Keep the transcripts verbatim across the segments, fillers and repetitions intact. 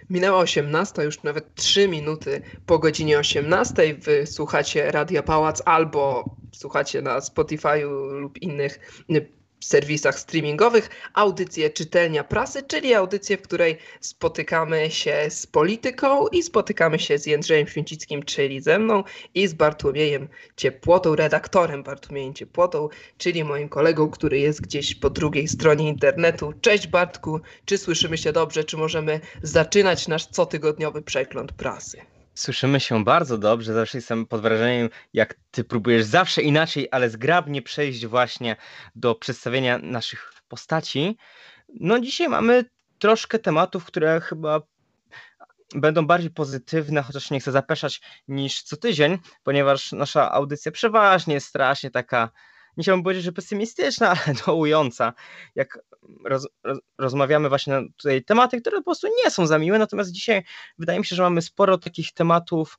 Minęła osiemnasta, już nawet trzy minuty po godzinie osiemnastej. Wy słuchacie Radia Pałac albo słuchacie na Spotify'u lub innych y, serwisach streamingowych audycję Czytelnia Prasy, czyli audycję, w której spotykamy się z polityką i spotykamy się z Jędrzejem Święcickim, czyli ze mną, i z Bartłomiejem Ciepłotą, redaktorem Bartłomiejem Ciepłotą, czyli moim kolegą, który jest gdzieś po drugiej stronie internetu. Cześć Bartku, czy słyszymy się dobrze, czy możemy zaczynać nasz cotygodniowy przegląd prasy? Słyszymy się bardzo dobrze, zawsze jestem pod wrażeniem, jak ty próbujesz zawsze inaczej, ale zgrabnie przejść właśnie do przedstawienia naszych postaci. No dzisiaj mamy troszkę tematów, które chyba będą bardziej pozytywne, chociaż nie chcę zapeszać, niż co tydzień, ponieważ nasza audycja przeważnie jest strasznie taka, nie chciałbym powiedzieć, że pesymistyczna, ale dołująca. Jak roz, roz, rozmawiamy właśnie na tutaj tematy, które po prostu nie są za miłe, natomiast dzisiaj wydaje mi się, że mamy sporo takich tematów,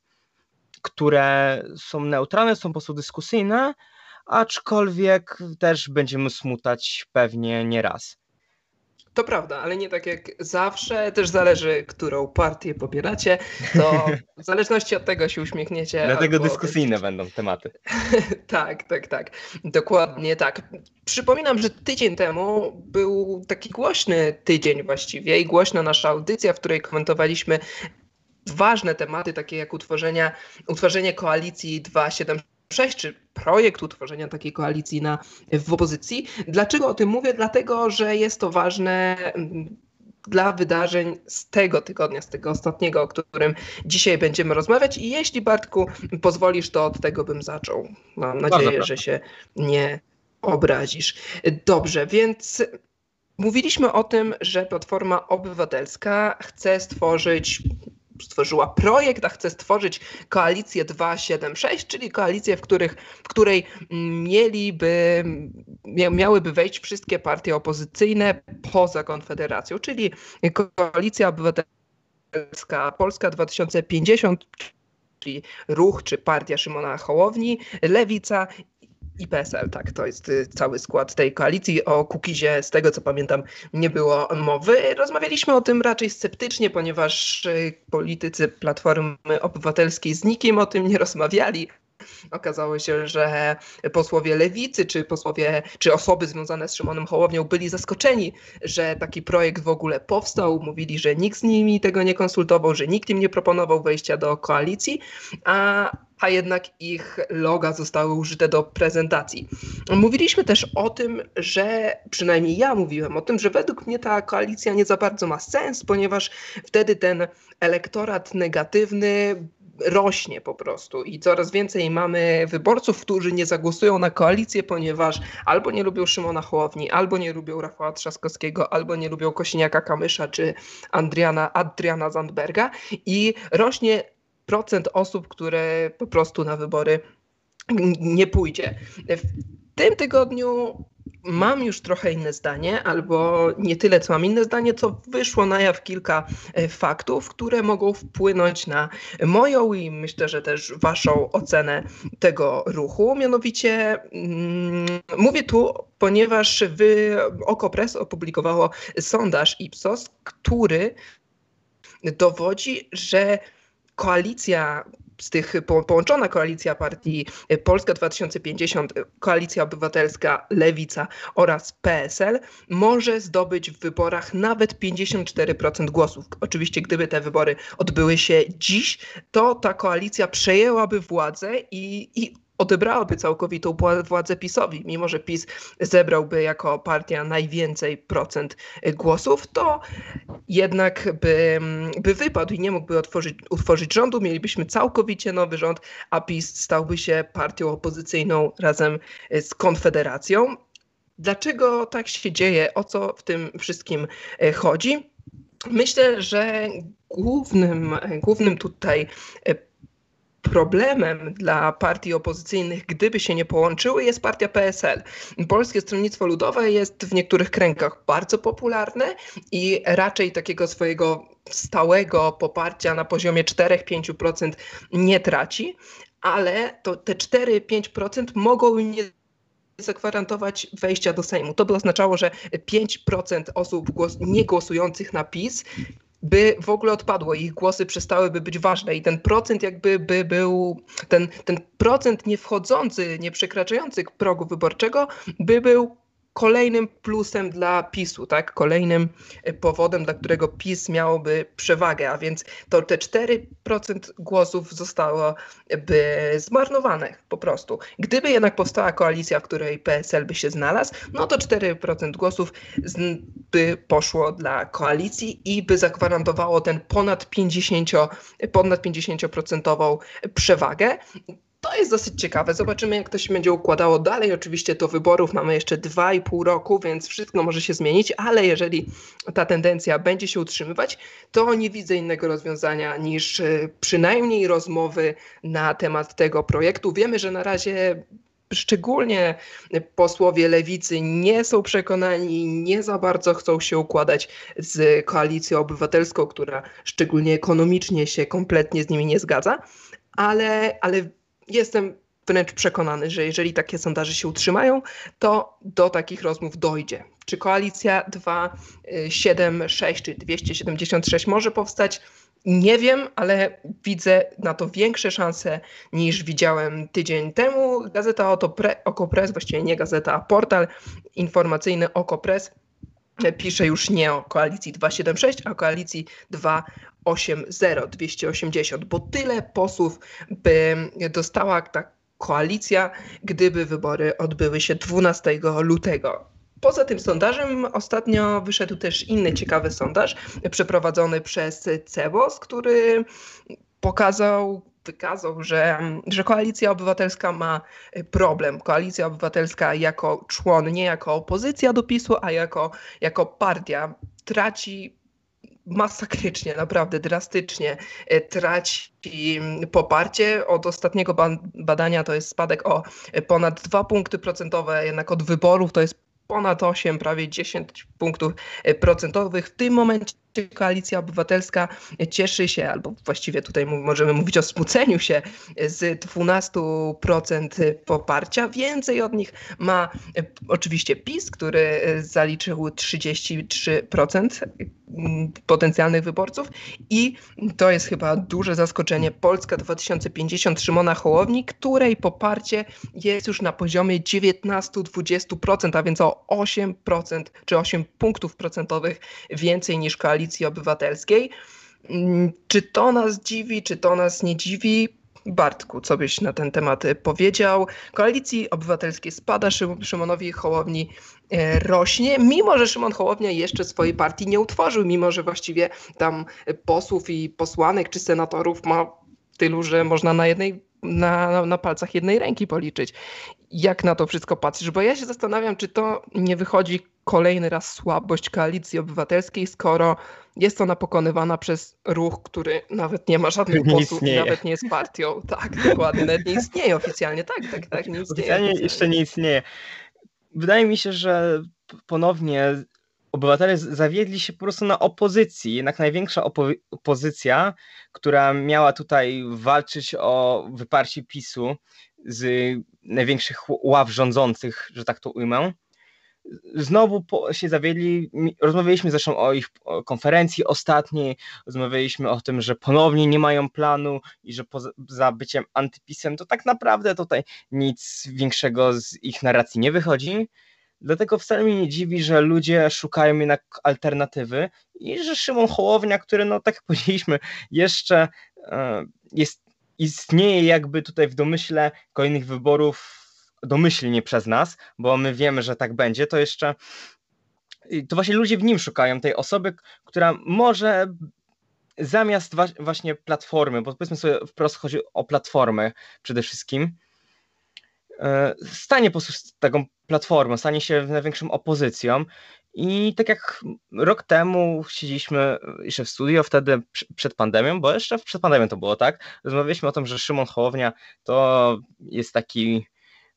które są neutralne, są po prostu dyskusyjne, aczkolwiek też będziemy smutać pewnie nieraz. To prawda, ale nie tak jak zawsze, też zależy, którą partię popieracie, to w zależności od tego się uśmiechniecie. Dlatego albo dyskusyjne będą tematy. Tak, tak, tak. Dokładnie tak. Przypominam, że tydzień temu był taki głośny tydzień właściwie i głośna nasza audycja, w której komentowaliśmy ważne tematy, takie jak utworzenia, utworzenie koalicji dwa siedem sześć, czy projekt utworzenia takiej koalicji na, w opozycji. Dlaczego o tym mówię? Dlatego, że jest to ważne dla wydarzeń z tego tygodnia, z tego ostatniego, o którym dzisiaj będziemy rozmawiać. I jeśli, Bartku, pozwolisz, to od tego bym zaczął. Mam nadzieję, że się nie obrazisz. Dobrze, więc mówiliśmy o tym, że Platforma Obywatelska chce stworzyć stworzyła projekt, a chce stworzyć koalicję dwa siedem sześć, czyli koalicję, w, których, w której mieliby, miałyby wejść wszystkie partie opozycyjne poza Konfederacją, czyli Koalicja Obywatelska Polska dwa tysiące pięćdziesiąt, czyli Ruch czy Partia Szymona Hołowni, Lewica i P S L, tak, to jest cały skład tej koalicji. O Kukizie, z tego co pamiętam, nie było mowy. Rozmawialiśmy o tym raczej sceptycznie, ponieważ politycy Platformy Obywatelskiej z nikim o tym nie rozmawiali. Okazało się, że posłowie Lewicy, czy posłowie, czy osoby związane z Szymonem Hołownią byli zaskoczeni, że taki projekt w ogóle powstał. Mówili, że nikt z nimi tego nie konsultował, że nikt im nie proponował wejścia do koalicji, a, a jednak ich loga zostały użyte do prezentacji. Mówiliśmy też o tym, że, przynajmniej ja mówiłem o tym, że według mnie ta koalicja nie za bardzo ma sens, ponieważ wtedy ten elektorat negatywny rośnie po prostu i coraz więcej mamy wyborców, którzy nie zagłosują na koalicję, ponieważ albo nie lubią Szymona Hołowni, albo nie lubią Rafała Trzaskowskiego, albo nie lubią Kosiniaka-Kamysza czy Adriana, Adriana Zandberga i rośnie procent osób, które po prostu na wybory nie pójdzie. W tym tygodniu mam już trochę inne zdanie, albo nie tyle, co mam inne zdanie, co wyszło na jaw kilka faktów, które mogą wpłynąć na moją i myślę, że też waszą ocenę tego ruchu. Mianowicie mm, mówię tu, ponieważ wy, Okopres opublikowało sondaż Ipsos, który dowodzi, że koalicja z tych połączona koalicja partii Polska dwa tysiące pięćdziesiąt, Koalicja Obywatelska, Lewica oraz P S L może zdobyć w wyborach nawet pięćdziesiąt cztery procent głosów. Oczywiście gdyby te wybory odbyły się dziś, to ta koalicja przejęłaby władzę i, i odebrałaby całkowitą władzę PiS-owi. Mimo że PiS zebrałby jako partia najwięcej procent głosów, to jednak by, by wypadł i nie mógłby otworzyć, utworzyć rządu. Mielibyśmy całkowicie nowy rząd, a PiS stałby się partią opozycyjną razem z Konfederacją. Dlaczego tak się dzieje? O co w tym wszystkim chodzi? Myślę, że głównym, głównym tutaj problemem dla partii opozycyjnych, gdyby się nie połączyły, jest partia P S L. Polskie Stronnictwo Ludowe jest w niektórych kręgach bardzo popularne i raczej takiego swojego stałego poparcia na poziomie cztery do pięciu procent nie traci, ale to te cztery do pięciu procent mogą nie zagwarantować wejścia do Sejmu. To by oznaczało, że pięć procent osób głos- nie głosujących na PiS by w ogóle odpadło, ich głosy przestałyby być ważne i ten procent jakby by był, ten, ten procent nie wchodzący, nie przekraczający progu wyborczego by był kolejnym plusem dla PiSu, tak? Kolejnym powodem, dla którego PiS miałoby przewagę, a więc to te cztery procent głosów zostałoby zmarnowane po prostu. Gdyby jednak powstała koalicja, w której P S L by się znalazł, no to cztery procent głosów by poszło dla koalicji i by zagwarantowało ten ponad pięćdziesiąt, ponad pięćdziesięcioprocentową przewagę. To jest dosyć ciekawe. Zobaczymy, jak to się będzie układało dalej. Oczywiście do wyborów mamy jeszcze dwa i pół roku, więc wszystko może się zmienić, ale jeżeli ta tendencja będzie się utrzymywać, to nie widzę innego rozwiązania niż przynajmniej rozmowy na temat tego projektu. Wiemy, że na razie szczególnie posłowie lewicy nie są przekonani, nie za bardzo chcą się układać z Koalicją Obywatelską, która szczególnie ekonomicznie się kompletnie z nimi nie zgadza, ale, ale jestem wręcz przekonany, że jeżeli takie sondaże się utrzymają, to do takich rozmów dojdzie. Czy koalicja dwieście siedemdziesiąt sześć czy dwieście siedemdziesiąt sześć może powstać? Nie wiem, ale widzę na to większe szanse niż widziałem tydzień temu. Gazeta Okopres, właściwie nie gazeta, a portal informacyjny Okopres pisze już nie o koalicji dwieście siedemdziesiąt sześć, a o koalicji dwieście osiemdziesiąt, dwieście osiemdziesiąt, bo tyle posłów by dostała ta koalicja, gdyby wybory odbyły się dwunastego lutego. Poza tym sondażem ostatnio wyszedł też inny ciekawy sondaż przeprowadzony przez CEBOS, który pokazał, wykazał, że, że Koalicja Obywatelska ma problem. Koalicja Obywatelska jako człon, nie jako opozycja do PiSu, a jako, jako partia traci masakrycznie, naprawdę drastycznie traci poparcie. Od ostatniego badania to jest spadek o ponad dwa punkty procentowe, jednak od wyborów to jest ponad osiem, prawie dziesięć punktów procentowych. W tym momencie Koalicja Obywatelska cieszy się, albo właściwie tutaj możemy mówić o smuceniu się, z dwunastu procent poparcia. Więcej od nich ma oczywiście PiS, który zaliczył trzydzieści trzy procent potencjalnych wyborców i to jest chyba duże zaskoczenie, Polska dwa tysiące pięćdziesiąt Szymona Hołowni, której poparcie jest już na poziomie dziewiętnaście do dwudziestu procent, a więc o osiem procent czy osiem punktów procentowych więcej niż Koalicji Obywatelskiej. Czy to nas dziwi, czy to nas nie dziwi? Bartku, co byś na ten temat powiedział? Koalicji Obywatelskiej spada, Szymonowi Hołowni rośnie, mimo że Szymon Hołownia jeszcze swojej partii nie utworzył, mimo że właściwie tam posłów i posłanek czy senatorów ma tylu, że można na jednej Na, na palcach jednej ręki policzyć. Jak na to wszystko patrzysz? Bo ja się zastanawiam, czy to nie wychodzi kolejny raz słabość Koalicji Obywatelskiej, skoro jest ona pokonywana przez ruch, który nawet nie ma żadnych Nie posłów, istnieje. nawet nie jest partią. Tak, dokładnie, nawet nie istnieje oficjalnie. Tak, tak, tak, nie istnieje. Oficjalnie jeszcze nie istnieje. Wydaje mi się, że ponownie obywatele zawiedli się po prostu na opozycji. Jednak największa opo- opozycja, która miała tutaj walczyć o wyparcie PiSu z największych ław rządzących, że tak to ujmę, znowu po, się zawiedli. Rozmawialiśmy zresztą o ich konferencji ostatniej, rozmawialiśmy o tym, że ponownie nie mają planu i że poza byciem antypisem to tak naprawdę tutaj nic większego z ich narracji nie wychodzi. Dlatego wcale mnie nie dziwi, że ludzie szukają jednak alternatywy i że Szymon Hołownia, który, no tak jak powiedzieliśmy, jeszcze e, jest, istnieje jakby tutaj w domyśle kolejnych wyborów, domyślnie przez nas, bo my wiemy, że tak będzie, to jeszcze to właśnie ludzie w nim szukają tej osoby, która może zamiast wa- właśnie Platformy, bo powiedzmy sobie wprost chodzi o Platformę przede wszystkim, stanie po prostu taką platformą, stanie się największą opozycją i tak jak rok temu siedzieliśmy jeszcze w studio, wtedy przed pandemią, bo jeszcze przed pandemią to było, tak? Rozmawialiśmy o tym, że Szymon Hołownia to jest taki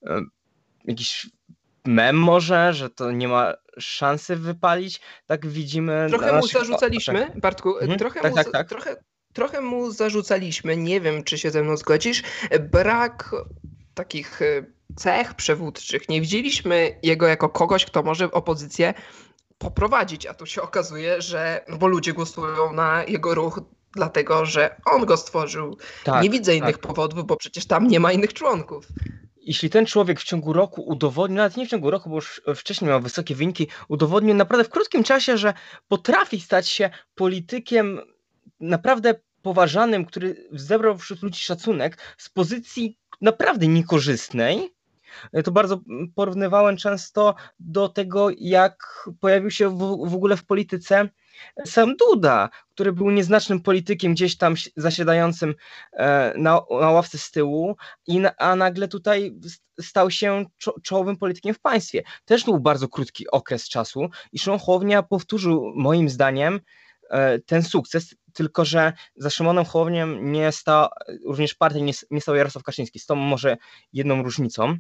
jakiś mem może, że to nie ma szansy wypalić, tak widzimy. Trochę mu zarzucaliśmy, oczach. Bartku, Mhm. trochę, tak, mu, tak, tak. Trochę, trochę mu zarzucaliśmy, nie wiem, czy się ze mną zgodzisz, brak takich cech przywódczych. Nie widzieliśmy jego jako kogoś, kto może opozycję poprowadzić, a tu się okazuje, że, no bo ludzie głosują na jego ruch dlatego, że on go stworzył. Tak, Nie widzę innych tak. powodów, bo przecież tam nie ma innych członków. Jeśli ten człowiek w ciągu roku udowodnił, nawet nie w ciągu roku, bo już wcześniej miał wysokie wyniki, udowodnił naprawdę w krótkim czasie, że potrafi stać się politykiem naprawdę poważanym, który zebrał wśród ludzi szacunek z pozycji naprawdę niekorzystnej, to bardzo porównywałem często do tego, jak pojawił się w, w ogóle w polityce sam Duda, który był nieznacznym politykiem gdzieś tam zasiadającym na, na ławce z tyłu, i na, a nagle tutaj stał się czo, czołowym politykiem w państwie. Też był bardzo krótki okres czasu i Szymon Hołownia powtórzył moim zdaniem ten sukces, tylko że za Szymonem Hołownią nie stał również partii, nie, nie stał Jarosław Kaczyński, z tą może jedną różnicą.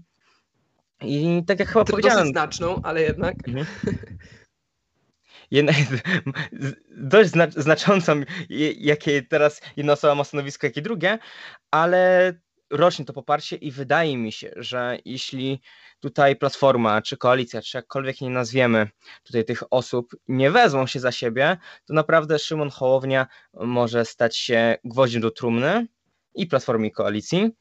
I tak jak chyba To powiedziałem... dosyć znaczną, ale jednak... Mhm. Jednak, dość znaczącą, jakie teraz jedna osoba ma stanowisko, jak i drugie, ale rośnie to poparcie i wydaje mi się, że jeśli tutaj Platforma, czy Koalicja, czy jakkolwiek nie nazwiemy tutaj tych osób, nie wezmą się za siebie, to naprawdę Szymon Hołownia może stać się gwoździem do trumny i Platformy, i Koalicji.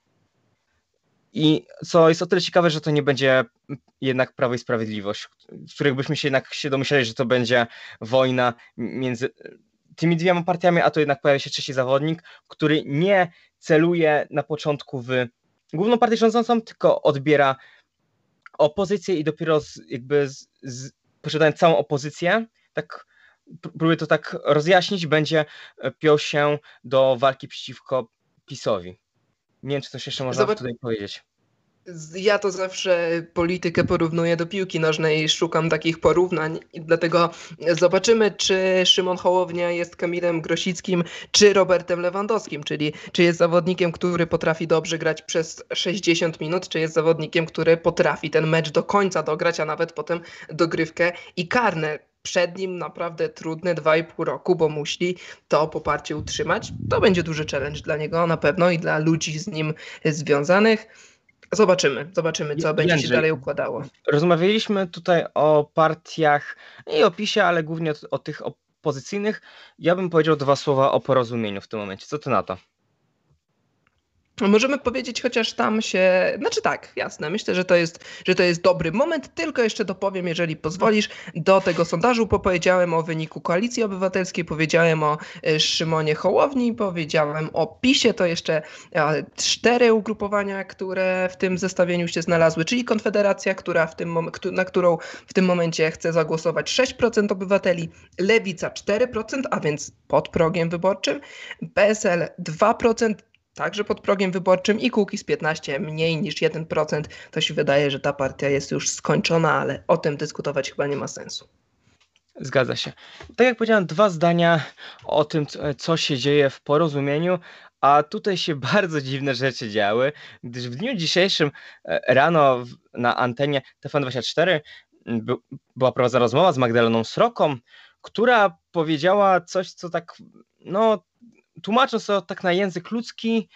I co jest o tyle ciekawe, że to nie będzie jednak Prawo i Sprawiedliwość, w których byśmy się jednak się domyślali, że to będzie wojna między tymi dwiema partiami, a to jednak pojawia się trzeci zawodnik, który nie celuje na początku w główną partię rządzącą, tylko odbiera opozycję i dopiero z, jakby z, z, posiadając całą opozycję, tak próbuję to tak rozjaśnić, będzie piął się do walki przeciwko PiS-owi. Nie wiem, czy coś jeszcze można Zobacz, tutaj powiedzieć. Ja to zawsze politykę porównuję do piłki nożnej, szukam takich porównań i dlatego zobaczymy, czy Szymon Hołownia jest Kamilem Grosickim, czy Robertem Lewandowskim, czyli czy jest zawodnikiem, który potrafi dobrze grać przez sześćdziesiąt minut, czy jest zawodnikiem, który potrafi ten mecz do końca dograć, a nawet potem dogrywkę i karne. Przed nim naprawdę trudne dwa i pół roku, bo musi to poparcie utrzymać. To będzie duży challenge dla niego na pewno i dla ludzi z nim związanych. Zobaczymy, zobaczymy, co będzie Jędrzej, się dalej układało. Rozmawialiśmy tutaj o partiach i o PiSie, ale głównie o, o tych opozycyjnych. Ja bym powiedział dwa słowa o Porozumieniu w tym momencie. Co ty na to? Możemy powiedzieć, chociaż tam się... Znaczy tak, jasne, myślę, że to jest, że to jest dobry moment, tylko jeszcze dopowiem, jeżeli pozwolisz, do tego sondażu, bo powiedziałem o wyniku Koalicji Obywatelskiej, powiedziałem o Szymonie Hołowni, powiedziałem o PiSie, to jeszcze cztery ugrupowania, które w tym zestawieniu się znalazły, czyli Konfederacja, która w tym mom- na którą w tym momencie chce zagłosować sześć procent obywateli, Lewica cztery procent, a więc pod progiem wyborczym, P S L dwa procent, także pod progiem wyborczym i Kukiz piętnaście mniej niż jeden procent. To się wydaje, że ta partia jest już skończona, ale o tym dyskutować chyba nie ma sensu. Zgadza się. Tak jak powiedziałem, dwa zdania o tym, co się dzieje w Porozumieniu, a tutaj się bardzo dziwne rzeczy działy, gdyż w dniu dzisiejszym rano na antenie T V N dwadzieścia cztery była prowadzona rozmowa z Magdaleną Sroką, która powiedziała coś, co tak, no tłumacząc to tak na język ludzki,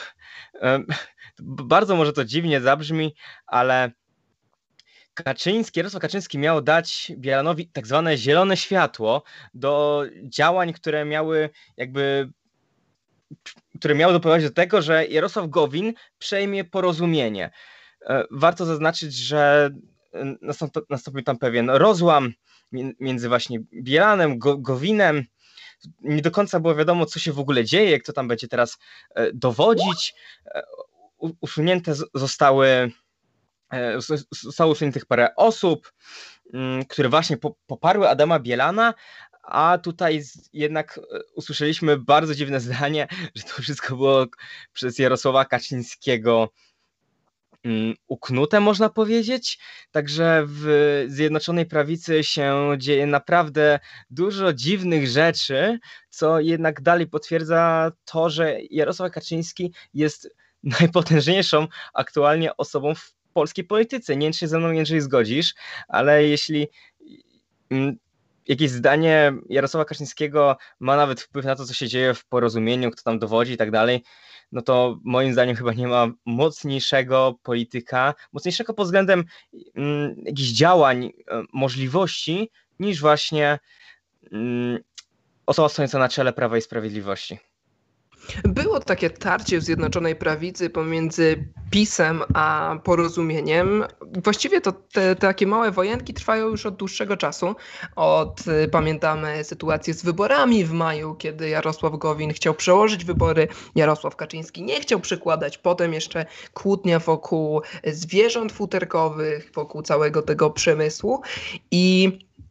bardzo może to dziwnie zabrzmi, ale Kaczyński, Jarosław Kaczyński miał dać Bielanowi tak zwane zielone światło do działań, które miały jakby, które miały doprowadzić do tego, że Jarosław Gowin przejmie Porozumienie. Warto zaznaczyć, że nastąpił tam pewien rozłam między właśnie Bielanem, Gowinem. Nie do końca było wiadomo, co się w ogóle dzieje, kto tam będzie teraz dowodzić. Usunięte zostały, zostało usuniętych parę osób, które właśnie poparły Adama Bielana, a tutaj jednak usłyszeliśmy bardzo dziwne zdanie, że to wszystko było przez Jarosława Kaczyńskiego uknute, można powiedzieć. Także w Zjednoczonej Prawicy się dzieje naprawdę dużo dziwnych rzeczy, co jednak dalej potwierdza to, że Jarosław Kaczyński jest najpotężniejszą aktualnie osobą w polskiej polityce. Nie wiem, czy się ze mną, Jędrzej, zgodzisz, ale jeśli jakieś zdanie Jarosława Kaczyńskiego ma nawet wpływ na to, co się dzieje w Porozumieniu, kto tam dowodzi i tak dalej, no to moim zdaniem chyba nie ma mocniejszego polityka, mocniejszego pod względem mm, jakichś działań, możliwości niż właśnie mm, osoba stojąca na czele Prawa i Sprawiedliwości. Było takie tarcie w Zjednoczonej Prawicy pomiędzy PiS-em a Porozumieniem. Właściwie to te takie małe wojenki trwają już od dłuższego czasu. Od, pamiętamy sytuację z wyborami w maju, kiedy Jarosław Gowin chciał przełożyć wybory, Jarosław Kaczyński nie chciał przykładać. Potem jeszcze kłótnia wokół zwierząt futerkowych, wokół całego tego przemysłu. I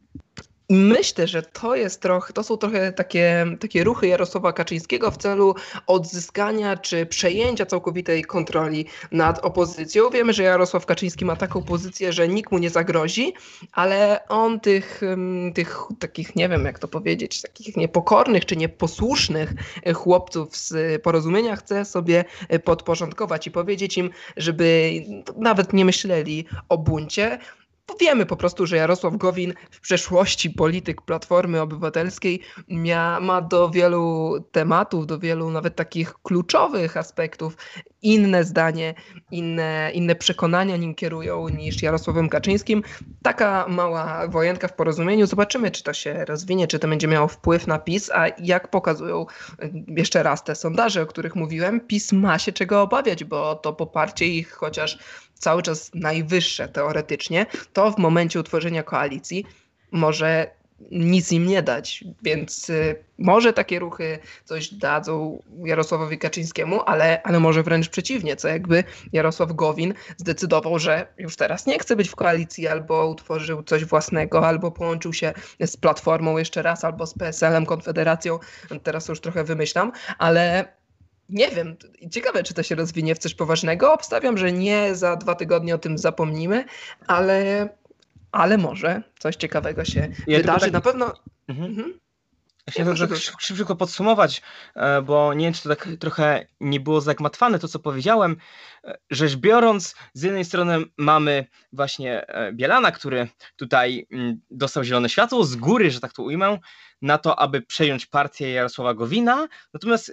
I myślę, że to jest trochę, to są trochę takie, takie ruchy Jarosława Kaczyńskiego w celu odzyskania czy przejęcia całkowitej kontroli nad opozycją. Wiemy, że Jarosław Kaczyński ma taką pozycję, że nikt mu nie zagrozi, ale on tych, tych takich, nie wiem jak to powiedzieć, takich niepokornych czy nieposłusznych chłopców z Porozumienia chce sobie podporządkować i powiedzieć im, żeby nawet nie myśleli o buncie. Wiemy po prostu, że Jarosław Gowin, w przeszłości polityk Platformy Obywatelskiej, mia, ma do wielu tematów, do wielu nawet takich kluczowych aspektów inne zdanie, inne, inne przekonania nim kierują niż Jarosławem Kaczyńskim. Taka mała wojenka w Porozumieniu. Zobaczymy, czy to się rozwinie, czy to będzie miało wpływ na PiS, a jak pokazują jeszcze raz te sondaże, o których mówiłem, PiS ma się czego obawiać, bo to poparcie ich chociaż cały czas najwyższe teoretycznie, to w momencie utworzenia koalicji może nic im nie dać, więc y, może takie ruchy coś dadzą Jarosławowi Kaczyńskiemu, ale, ale może wręcz przeciwnie, co jakby Jarosław Gowin zdecydował, że już teraz nie chce być w koalicji, albo utworzył coś własnego, albo połączył się z Platformą jeszcze raz, albo z P S L-em, Konfederacją, teraz już trochę wymyślam, ale nie wiem, ciekawe, czy to się rozwinie w coś poważnego. Obstawiam, że nie, za dwa tygodnie o tym zapomnimy, ale, ale może coś ciekawego się Ja wydarzy. tak... Na pewno... Mhm. Mhm. Chciałem to tak szybko podsumować, bo nie wiem, czy to tak trochę nie było zagmatwane to, co powiedziałem. Rzecz biorąc, z jednej strony mamy właśnie Bielana, który tutaj dostał zielone światło z góry, że tak to ujmę, na to, aby przejąć partię Jarosława Gowina. Natomiast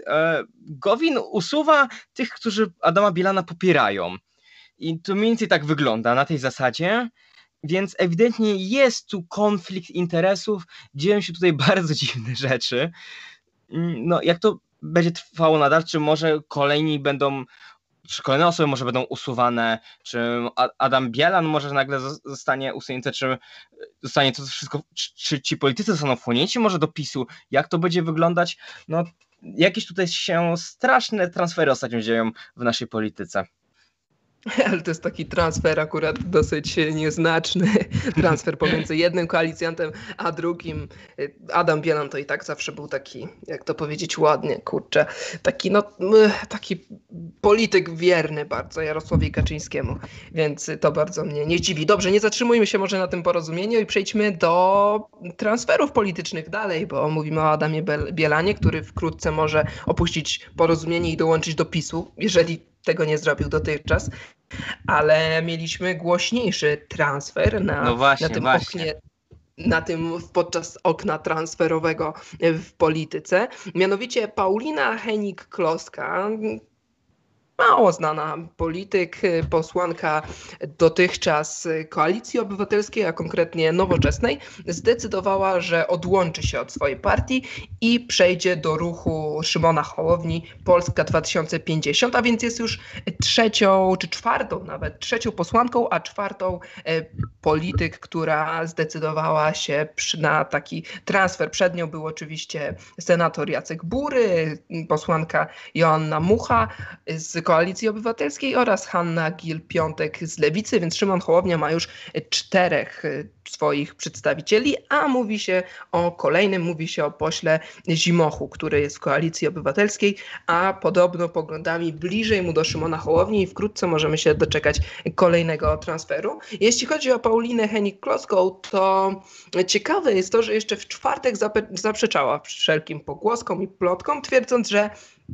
Gowin usuwa tych, którzy Adama Bielana popierają. I to mniej więcej tak wygląda na tej zasadzie. Więc ewidentnie jest tu konflikt interesów, dzieją się tutaj bardzo dziwne rzeczy. No, jak to będzie trwało nadal, czy może kolejni będą, czy kolejne osoby może będą usuwane, czy Adam Bielan może nagle zostanie usunięty, czy zostanie to wszystko, czy, czy ci politycy zostaną wchłonięci może do PiSu, jak to będzie wyglądać? No, jakieś tutaj się straszne transfery ostatnio dzieją w naszej polityce. Ale to jest taki transfer akurat dosyć nieznaczny. Transfer pomiędzy jednym koalicjantem a drugim. Adam Bielan to i tak zawsze był taki, jak to powiedzieć ładnie, kurczę, taki no, taki polityk wierny bardzo Jarosławowi Kaczyńskiemu, więc to bardzo mnie nie dziwi. Dobrze, nie zatrzymujmy się może na tym Porozumieniu i przejdźmy do transferów politycznych dalej, bo mówimy o Adamie Bielanie, który wkrótce może opuścić Porozumienie i dołączyć do PiSu, jeżeli tego nie zrobił dotychczas, ale mieliśmy głośniejszy transfer na, no właśnie, na tym właśnie. oknie, na tym podczas okna transferowego w polityce. Mianowicie Paulina Hennig-Kloska, mało znana polityk, posłanka dotychczas Koalicji Obywatelskiej, a konkretnie Nowoczesnej, zdecydowała, że odłączy się od swojej partii i przejdzie do ruchu Szymona Hołowni Polska dwa tysiące pięćdziesiąt, a więc jest już trzecią, czy czwartą nawet, trzecią posłanką, a czwartą polityk, która zdecydowała się na taki transfer. Przed nią był oczywiście senator Jacek Bury, posłanka Joanna Mucha z Koalicji Obywatelskiej oraz Hanna Gill-Piątek z Lewicy, więc Szymon Hołownia ma już czterech swoich przedstawicieli, a mówi się o kolejnym, mówi się o pośle Zimochu, który jest w Koalicji Obywatelskiej, a podobno poglądami bliżej mu do Szymona Hołowni i wkrótce możemy się doczekać kolejnego transferu. Jeśli chodzi o Paulinę Hennig-Kloską, to ciekawe jest to, że jeszcze w czwartek zaprzeczała wszelkim pogłoskom i plotkom, twierdząc, że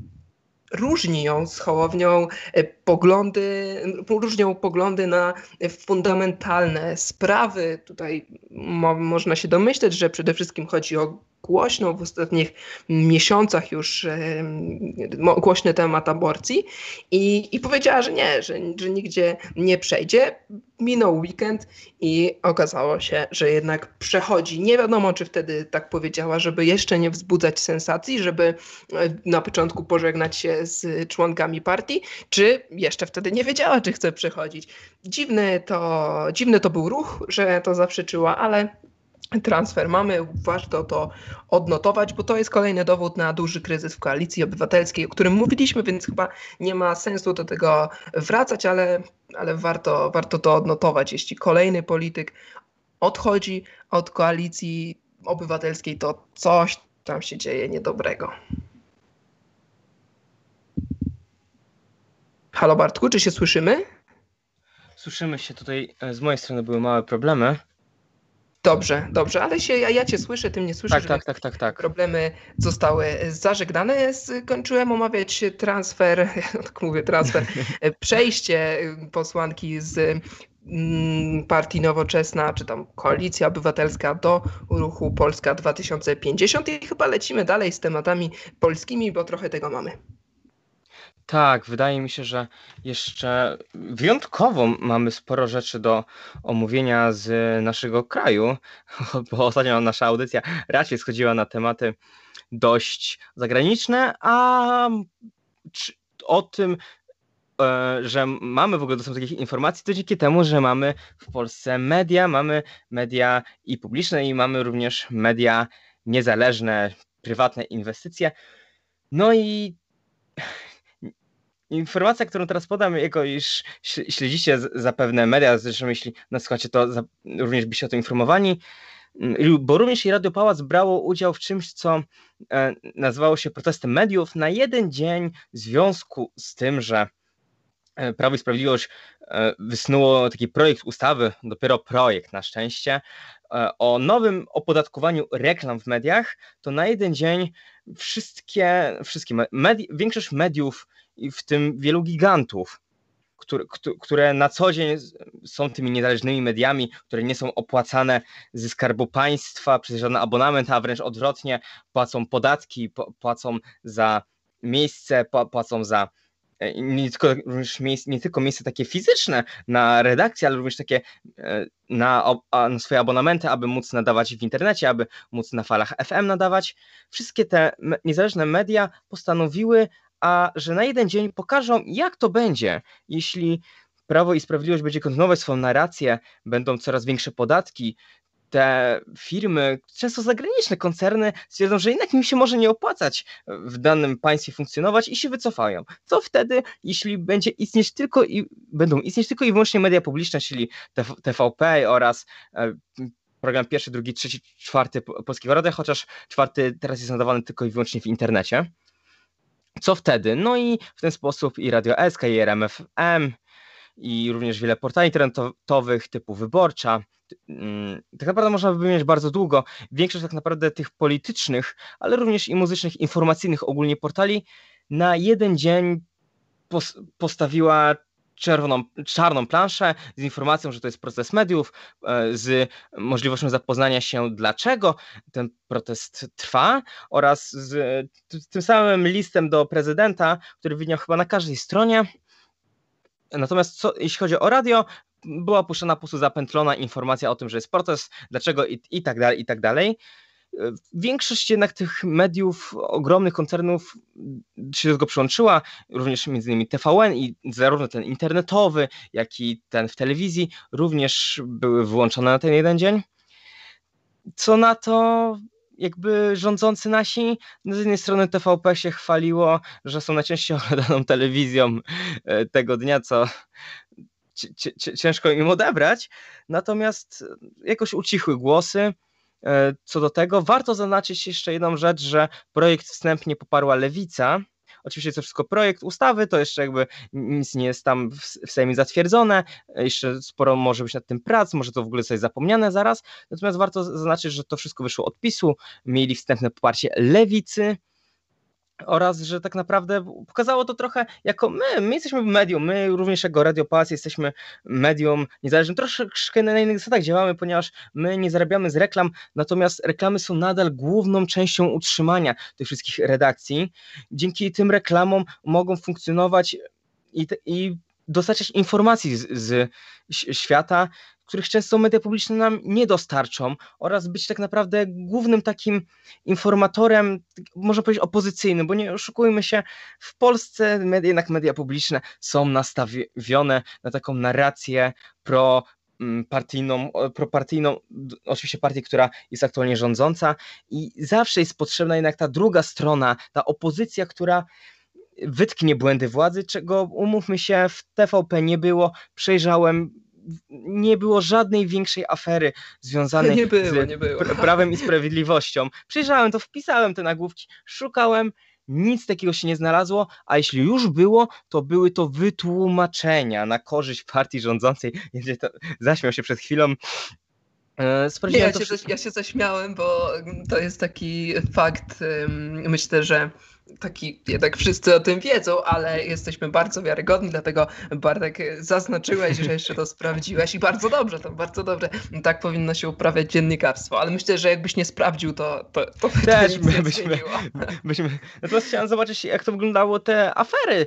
różni ją z Hołownią poglądy, różnią poglądy na fundamentalne sprawy. Tutaj mo- można się domyśleć, że przede wszystkim chodzi o głośną w ostatnich miesiącach już głośny temat aborcji i, i powiedziała, że nie, że, że nigdzie nie przejdzie. Minął weekend i okazało się, że jednak przechodzi. Nie wiadomo, czy wtedy tak powiedziała, żeby jeszcze nie wzbudzać sensacji, żeby na początku pożegnać się z członkami partii, czy jeszcze wtedy nie wiedziała, czy chce przechodzić. Dziwny to, dziwny to był ruch, że to zaprzeczyła, ale transfer mamy, warto to odnotować, bo to jest kolejny dowód na duży kryzys w Koalicji Obywatelskiej, o którym mówiliśmy, więc chyba nie ma sensu do tego wracać, ale, ale warto, warto to odnotować. Jeśli kolejny polityk odchodzi od Koalicji Obywatelskiej, to coś tam się dzieje niedobrego. Halo Bartku, czy się słyszymy? Słyszymy się, tutaj z mojej strony były małe problemy. Dobrze, dobrze, ale się, ja, ja cię słyszę, ty mnie słyszysz. Tak, tak, tak, tak, tak. Problemy zostały zażegnane. Skończyłem omawiać transfer, tak mówię transfer, przejście posłanki z partii Nowoczesna, czy tam Koalicja Obywatelska do ruchu Polska dwa tysiące pięćdziesiąt i chyba lecimy dalej z tematami polskimi, bo trochę tego mamy. Tak, wydaje mi się, że jeszcze wyjątkowo mamy sporo rzeczy do omówienia z naszego kraju, bo ostatnio nasza audycja raczej schodziła na tematy dość zagraniczne, a o tym, że mamy w ogóle dostęp do takich informacji, to dzięki temu, że mamy w Polsce media, mamy media i publiczne i mamy również media niezależne, prywatne inwestycje. No i informacja, którą teraz podam, jako iż śledzicie zapewne media, zresztą jeśli nas słuchacie, to również byście o tym informowani, bo również i Radio Pałac brało udział w czymś, co nazywało się protestem mediów na jeden dzień w związku z tym, że Prawo i Sprawiedliwość wysnuło taki projekt ustawy, dopiero projekt na szczęście, o nowym opodatkowaniu reklam w mediach, to na jeden dzień wszystkie, wszystkie medi- większość mediów, w tym wielu gigantów, które, które na co dzień są tymi niezależnymi mediami, które nie są opłacane ze Skarbu Państwa przez żaden abonament, a wręcz odwrotnie, płacą podatki, płacą za miejsce, płacą za nie tylko, miejsce, nie tylko miejsce takie fizyczne na redakcję, ale również takie na, na swoje abonamenty, aby móc nadawać w internecie, aby móc na falach F M nadawać. Wszystkie te niezależne media postanowiły, a że na jeden dzień pokażą, jak to będzie, jeśli Prawo i Sprawiedliwość będzie kontynuować swoją narrację, będą coraz większe podatki, te firmy, często zagraniczne koncerny stwierdzą, że jednak im się może nie opłacać w danym państwie funkcjonować i się wycofają. Co wtedy, jeśli będzie istnieć tylko i będą istnieć tylko i wyłącznie media publiczne, czyli T V P oraz program pierwszy, drugi, trzeci, czwarty Polskiego Radia, chociaż czwarty teraz jest nadawany tylko i wyłącznie w internecie. Co wtedy? No i w ten sposób i Radio S K, i R M F M, i również wiele portali internetowych typu Wyborcza. Tak naprawdę można by wymieniać bardzo długo. Większość tak naprawdę tych politycznych, ale również i muzycznych, informacyjnych ogólnie portali na jeden dzień postawiła czerwoną, czarną planszę z informacją, że to jest protest mediów, z możliwością zapoznania się, dlaczego ten protest trwa, oraz z tym samym listem do prezydenta, który widniał chyba na każdej stronie. Natomiast co, jeśli chodzi o radio, była puszczana po prostu zapętlona informacja o tym, że jest protest, dlaczego i, i tak dalej, i tak dalej. Większość jednak tych mediów, ogromnych koncernów się do tego przyłączyła, również między innymi T V N i zarówno ten internetowy, jak i ten w telewizji również były wyłączone na ten jeden dzień. Co na to jakby rządzący nasi, z jednej strony T V P się chwaliło, że są najczęściej oglądaną telewizją tego dnia, co ciężko im odebrać, natomiast jakoś ucichły głosy. Co do tego, warto zaznaczyć jeszcze jedną rzecz, że projekt wstępnie poparła Lewica. Oczywiście jest to wszystko projekt ustawy, to jeszcze jakby nic nie jest tam w Sejmie zatwierdzone, jeszcze sporo może być nad tym prac, może to w ogóle zostać zapomniane zaraz, natomiast warto zaznaczyć, że to wszystko wyszło od PiSu, mieli wstępne poparcie Lewicy, oraz że tak naprawdę pokazało to trochę jako my, my jesteśmy medium, my również jako Radio Pałac jesteśmy medium niezależnym, troszeczkę na innych zasadach działamy, ponieważ my nie zarabiamy z reklam, natomiast reklamy są nadal główną częścią utrzymania tych wszystkich redakcji. Dzięki tym reklamom mogą funkcjonować i, i dostarczać informacji z, z świata, których często media publiczne nam nie dostarczą, oraz być tak naprawdę głównym takim informatorem, można powiedzieć opozycyjnym, bo nie oszukujmy się, w Polsce media, jednak media publiczne są nastawione na taką narrację pro partyjną, propartyjną, oczywiście partię, która jest aktualnie rządząca, i zawsze jest potrzebna jednak ta druga strona, ta opozycja, która wytknie błędy władzy, czego, umówmy się, w T V P nie było. Przejrzałem, nie było żadnej większej afery związanej Nie było, z nie było. pr- Prawem i Sprawiedliwością. Przejrzałem to, wpisałem te nagłówki, szukałem, nic takiego się nie znalazło, a jeśli już było, to były to wytłumaczenia na korzyść partii rządzącej. Jeśli to zaśmiał się przed chwilą. E, Nie, Sprawdziłem ja to się, wszystko. zaś- ja się zaśmiałem, bo to jest taki fakt, ym, myślę, że taki, jednak wszyscy o tym wiedzą, ale jesteśmy bardzo wiarygodni, dlatego Bartek zaznaczyłeś, że jeszcze to sprawdziłeś i bardzo dobrze, to bardzo dobrze. Tak powinno się uprawiać dziennikarstwo, ale myślę, że jakbyś nie sprawdził, to, to, to by Też to nic nie byśmy, zmieniło. byśmy. Natomiast chciałem zobaczyć, jak to wyglądało, te afery.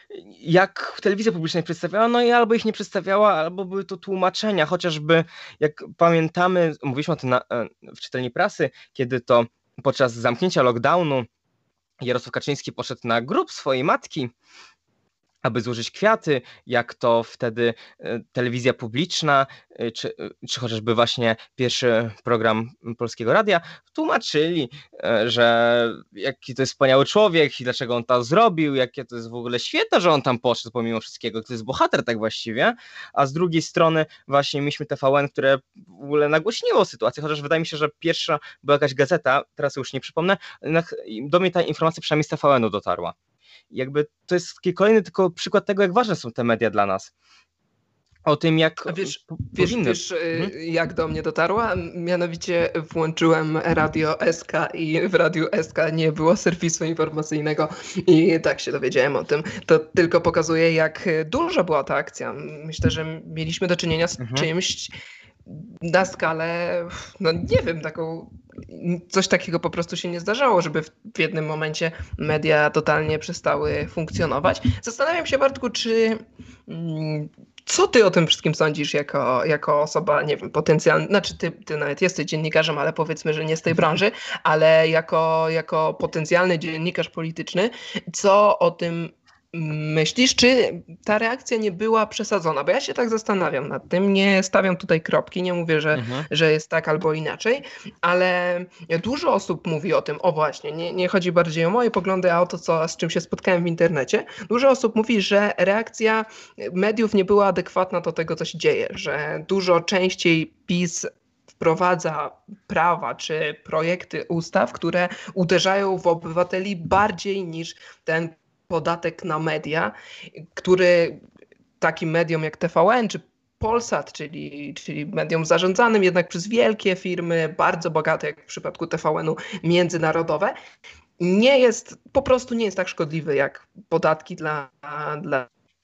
Jak telewizja publiczna ich przedstawiała, no i albo ich nie przedstawiała, albo były to tłumaczenia, chociażby jak pamiętamy, mówiliśmy o tym na, w czytelni prasy, kiedy to podczas zamknięcia lockdownu Jarosław Kaczyński poszedł na grób swojej matki, aby złożyć kwiaty, jak to wtedy e, telewizja publiczna, e, czy, czy chociażby właśnie pierwszy program Polskiego Radia tłumaczyli, e, że jaki to jest wspaniały człowiek i dlaczego on to zrobił, jakie to jest w ogóle świetne, że on tam poszedł pomimo wszystkiego, to jest bohater tak właściwie, a z drugiej strony właśnie mieliśmy T V N, które w ogóle nagłośniło sytuację, chociaż wydaje mi się, że pierwsza była jakaś gazeta, teraz już nie przypomnę, jednak do mnie ta informacja przynajmniej z T V N-u dotarła. Jakby to jest taki kolejny tylko przykład tego, jak ważne są te media dla nas. O tym, jak A wiesz, po- wiesz, powinny. wiesz Mhm. y, jak do mnie dotarła? Mianowicie włączyłem Radio S K i w Radiu S K nie było serwisu informacyjnego i tak się dowiedziałem o tym. To tylko pokazuje, jak duża była ta akcja. Myślę, że mieliśmy do czynienia z Mhm. czymś na skalę, no nie wiem, taką, coś takiego po prostu się nie zdarzało, żeby w, w jednym momencie media totalnie przestały funkcjonować. Zastanawiam się, Bartku, czy mm, co ty o tym wszystkim sądzisz jako, jako osoba, nie wiem, potencjalna, znaczy ty, ty nawet jesteś dziennikarzem, ale powiedzmy, że nie z tej branży, ale jako, jako potencjalny dziennikarz polityczny, co o tym myślisz, czy ta reakcja nie była przesadzona? Bo ja się tak zastanawiam nad tym, nie stawiam tutaj kropki, nie mówię, że, Mhm. że jest tak albo inaczej, ale dużo osób mówi o tym, o właśnie, nie, nie chodzi bardziej o moje poglądy, a o to, co, z czym się spotkałem w internecie. Dużo osób mówi, że reakcja mediów nie była adekwatna do tego, co się dzieje, że dużo częściej PiS wprowadza prawa czy projekty ustaw, które uderzają w obywateli bardziej niż ten podatek na media, który takim mediom jak T V N czy Polsat, czyli, czyli mediom zarządzanym jednak przez wielkie firmy, bardzo bogate, jak w przypadku T V N-u, międzynarodowe, nie jest, po prostu nie jest tak szkodliwy jak podatki dla, dla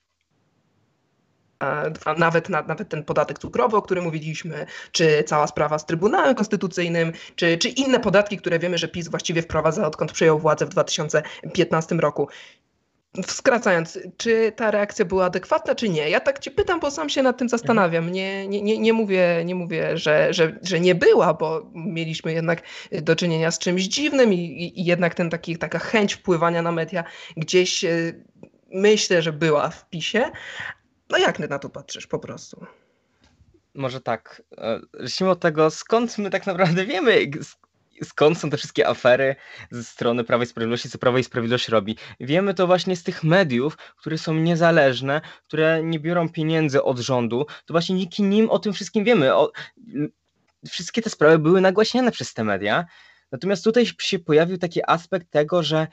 Nawet, nawet ten podatek cukrowy, o którym mówiliśmy, czy cała sprawa z Trybunałem Konstytucyjnym, czy, czy inne podatki, które wiemy, że PiS właściwie wprowadza, odkąd przejął władzę w dwa tysiące piętnastym roku. Skracając, czy ta reakcja była adekwatna, czy nie? Ja tak cię pytam, bo sam się nad tym zastanawiam. Nie, nie, nie, nie mówię, nie mówię że, że, że nie była, bo mieliśmy jednak do czynienia z czymś dziwnym i, i jednak ten taki, taka chęć wpływania na media gdzieś myślę, że była w PiSie. No jak na to patrzysz po prostu? Może tak. e, Zacznijmy od tego, skąd my tak naprawdę wiemy, g- sk- skąd są te wszystkie afery ze strony Prawa i Sprawiedliwości, co Prawo i Sprawiedliwość robi. Wiemy to właśnie z tych mediów, które są niezależne, które nie biorą pieniędzy od rządu. To właśnie dzięki nim o tym wszystkim wiemy. O, m, wszystkie te sprawy były nagłaśniane przez te media. Natomiast tutaj się pojawił taki aspekt tego, że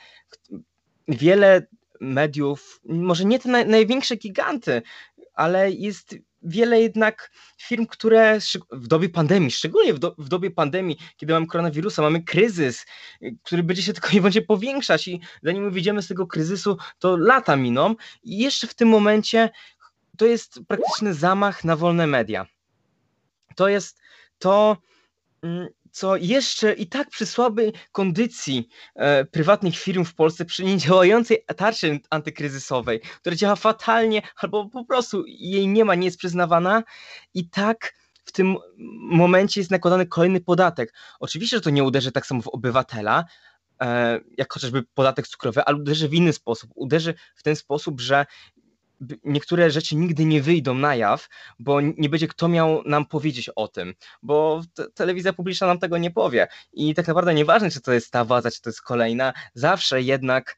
wiele mediów, może nie te naj, największe giganty, ale jest wiele jednak firm, które w dobie pandemii, szczególnie w, do, w dobie pandemii, kiedy mamy koronawirusa, mamy kryzys, który będzie się tylko i będzie powiększać i zanim wyjdziemy z tego kryzysu, to lata miną i jeszcze w tym momencie to jest praktyczny zamach na wolne media. To jest to, co jeszcze i tak przy słabej kondycji e, prywatnych firm w Polsce, przy niedziałającej tarczy antykryzysowej, która działa fatalnie albo po prostu jej nie ma, nie jest przyznawana, i tak w tym momencie jest nakładany kolejny podatek. Oczywiście, że to nie uderzy tak samo w obywatela, e, jak chociażby podatek cukrowy, ale uderzy w inny sposób. Uderzy w ten sposób, że niektóre rzeczy nigdy nie wyjdą na jaw, bo nie będzie kto miał nam powiedzieć o tym, bo te, telewizja publiczna nam tego nie powie i tak naprawdę nieważne, czy to jest ta władza, czy to jest kolejna, zawsze jednak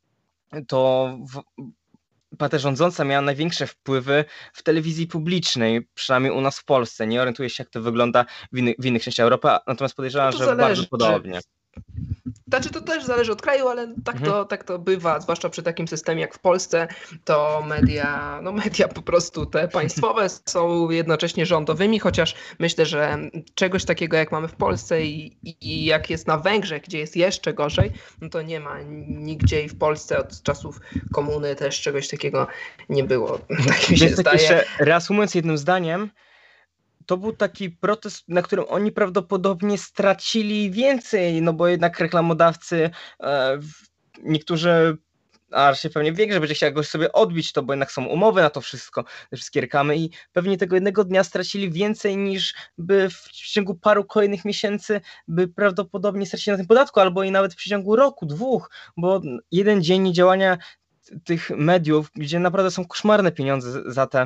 to w, partia rządząca miała największe wpływy w telewizji publicznej, przynajmniej u nas w Polsce. Nie orientuję się, jak to wygląda w, inny, w innych częściach Europy, natomiast podejrzewam, No że zależy, bardzo podobnie. Znaczy to też zależy od kraju, ale tak, Mhm. to, tak to bywa, zwłaszcza przy takim systemie jak w Polsce, to media, no media po prostu te państwowe są jednocześnie rządowymi, chociaż myślę, że czegoś takiego jak mamy w Polsce i, i, i jak jest na Węgrzech, gdzie jest jeszcze gorzej, no to nie ma nigdzie i w Polsce od czasów komuny też czegoś takiego nie było. Tak mi się Więc tak zdaje. jeszcze reasumując jednym zdaniem, to był taki protest, na którym oni prawdopodobnie stracili więcej, no bo jednak reklamodawcy, e, niektórzy, a się pewnie wie, że będzie chciał jakoś sobie odbić to, bo jednak są umowy na to wszystko, te wszystkie reklamy i pewnie tego jednego dnia stracili więcej niż by w ciągu paru kolejnych miesięcy by prawdopodobnie stracili na tym podatku, albo i nawet w przeciągu roku, dwóch, bo jeden dzień działania tych mediów, gdzie naprawdę są koszmarne pieniądze za te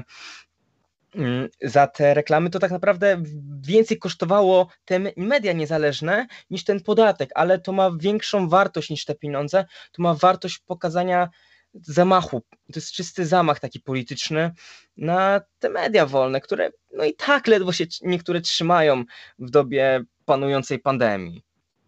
za te reklamy, to tak naprawdę więcej kosztowało te media niezależne niż ten podatek, ale to ma większą wartość niż te pieniądze, to ma wartość pokazania zamachu, to jest czysty zamach taki polityczny na te media wolne, które no i tak ledwo się niektóre trzymają w dobie panującej pandemii.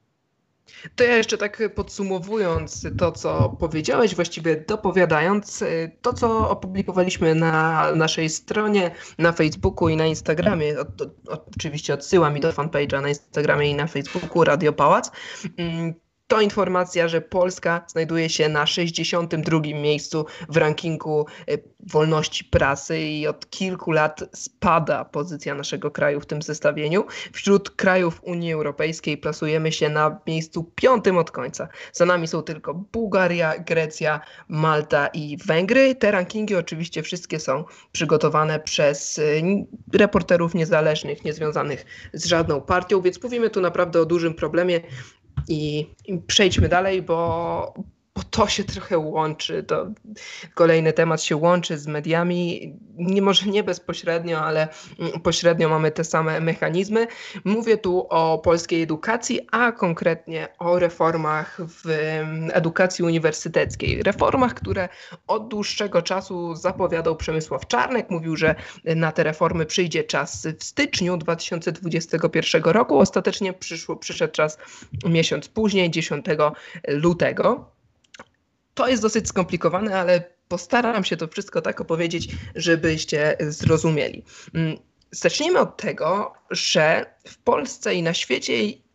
To ja jeszcze tak podsumowując to, co powiedziałeś, właściwie dopowiadając, to, co opublikowaliśmy na naszej stronie, na Facebooku i na Instagramie, o, o, oczywiście odsyłam mi do fanpage'a na Instagramie i na Facebooku Radio Pałac, to informacja, że Polska znajduje się na sześćdziesiątym drugim miejscu w rankingu wolności prasy i od kilku lat spada pozycja naszego kraju w tym zestawieniu. Wśród krajów Unii Europejskiej plasujemy się na miejscu piątym od końca. Za nami są tylko Bułgaria, Grecja, Malta i Węgry. Te rankingi oczywiście wszystkie są przygotowane przez reporterów niezależnych, niezwiązanych z żadną partią, więc mówimy tu naprawdę o dużym problemie. I, I przejdźmy dalej, bo, bo to się trochę łączy, to kolejny temat się łączy z mediami, nie, może nie bezpośrednio, ale pośrednio mamy te same mechanizmy. Mówię tu o polskiej edukacji, a konkretnie o reformach w edukacji uniwersyteckiej. Reformach, które od dłuższego czasu zapowiadał Przemysław Czarnek. Mówił, że na te reformy przyjdzie czas w styczniu dwa tysiące dwudziestego pierwszego roku. Ostatecznie przyszło, przyszedł czas miesiąc później, dziesiątego lutego. To jest dosyć skomplikowane, ale postaram się to wszystko tak opowiedzieć, żebyście zrozumieli. Zacznijmy od tego, że w Polsce i na świecie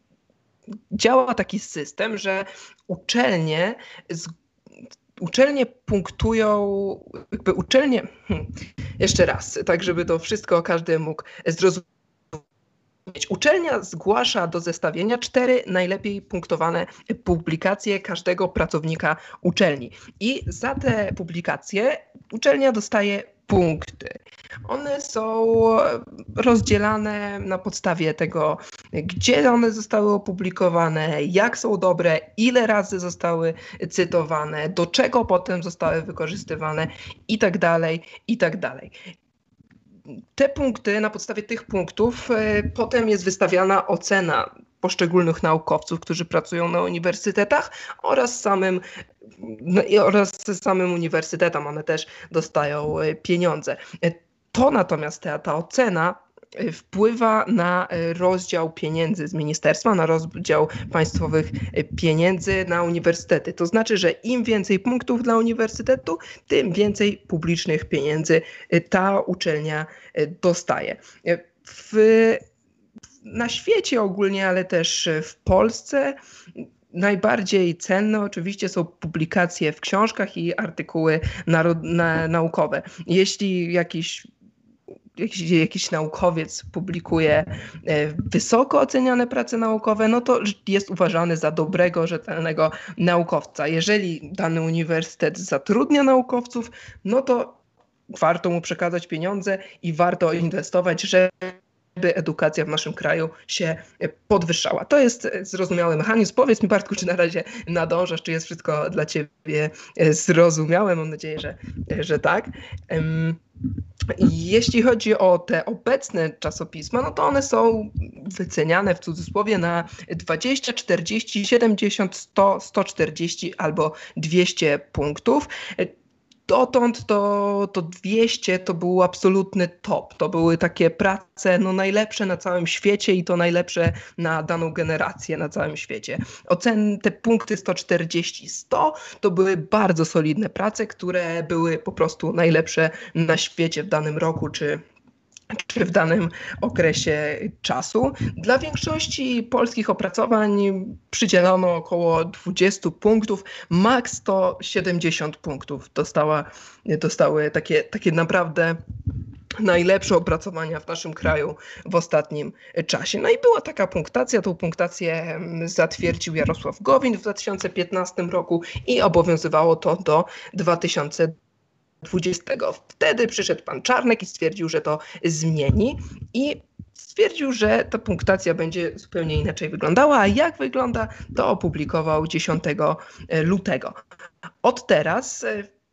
działa taki system, że uczelnie, uczelnie punktują, jakby uczelnie, hmm, jeszcze raz, tak żeby to wszystko każdy mógł zrozumieć. Uczelnia zgłasza do zestawienia cztery najlepiej punktowane publikacje każdego pracownika uczelni. I za te publikacje uczelnia dostaje punkty. One są rozdzielane na podstawie tego, gdzie one zostały opublikowane, jak są dobre, ile razy zostały cytowane, do czego potem zostały wykorzystywane i tak dalej, i tak dalej. Te punkty, na podstawie tych punktów y, potem jest wystawiana ocena poszczególnych naukowców, którzy pracują na uniwersytetach oraz samym, no, oraz samym uniwersytetom. One też dostają y, pieniądze. To natomiast ta, ta ocena wpływa na rozdział pieniędzy z ministerstwa, na rozdział państwowych pieniędzy na uniwersytety. To znaczy, że im więcej punktów dla uniwersytetu, tym więcej publicznych pieniędzy ta uczelnia dostaje. W, na świecie ogólnie, ale też w Polsce najbardziej cenne oczywiście są publikacje w książkach i artykuły narod- na, naukowe. Jeśli jakiś Jakiś, jakiś naukowiec publikuje wysoko oceniane prace naukowe, no to jest uważany za dobrego, rzetelnego naukowca. Jeżeli dany uniwersytet zatrudnia naukowców, no to warto mu przekazać pieniądze i warto inwestować, żeby edukacja w naszym kraju się podwyższała. To jest zrozumiały mechanizm. Powiedz mi, Bartku, czy na razie nadążasz, czy jest wszystko dla ciebie zrozumiałe? Mam nadzieję, że, że tak. Jeśli chodzi o te obecne czasopisma, no to one są wyceniane w cudzysłowie na dwadzieścia, czterdzieści, siedemdziesiąt, sto, sto czterdzieści albo dwieście punktów. Dotąd to, to dwieście to był absolutny top. To były takie prace no, najlepsze na całym świecie i to najlepsze na daną generację na całym świecie. Ocen, te punkty sto czterdzieści, sto to były bardzo solidne prace, które były po prostu najlepsze na świecie w danym roku czy czy w danym okresie czasu. Dla większości polskich opracowań przydzielono około dwadzieścia punktów, maks sto siedemdziesiąt punktów dostała, dostały takie, takie naprawdę najlepsze opracowania w naszym kraju w ostatnim czasie. No i była taka punktacja, tą punktację zatwierdził Jarosław Gowin w dwa tysiące piętnastym roku i obowiązywało to do dwa tysiące dwudziestego. Wtedy przyszedł pan Czarnek i stwierdził, że to zmieni i stwierdził, że ta punktacja będzie zupełnie inaczej wyglądała, a jak wygląda, to opublikował dziesiątego lutego. Od teraz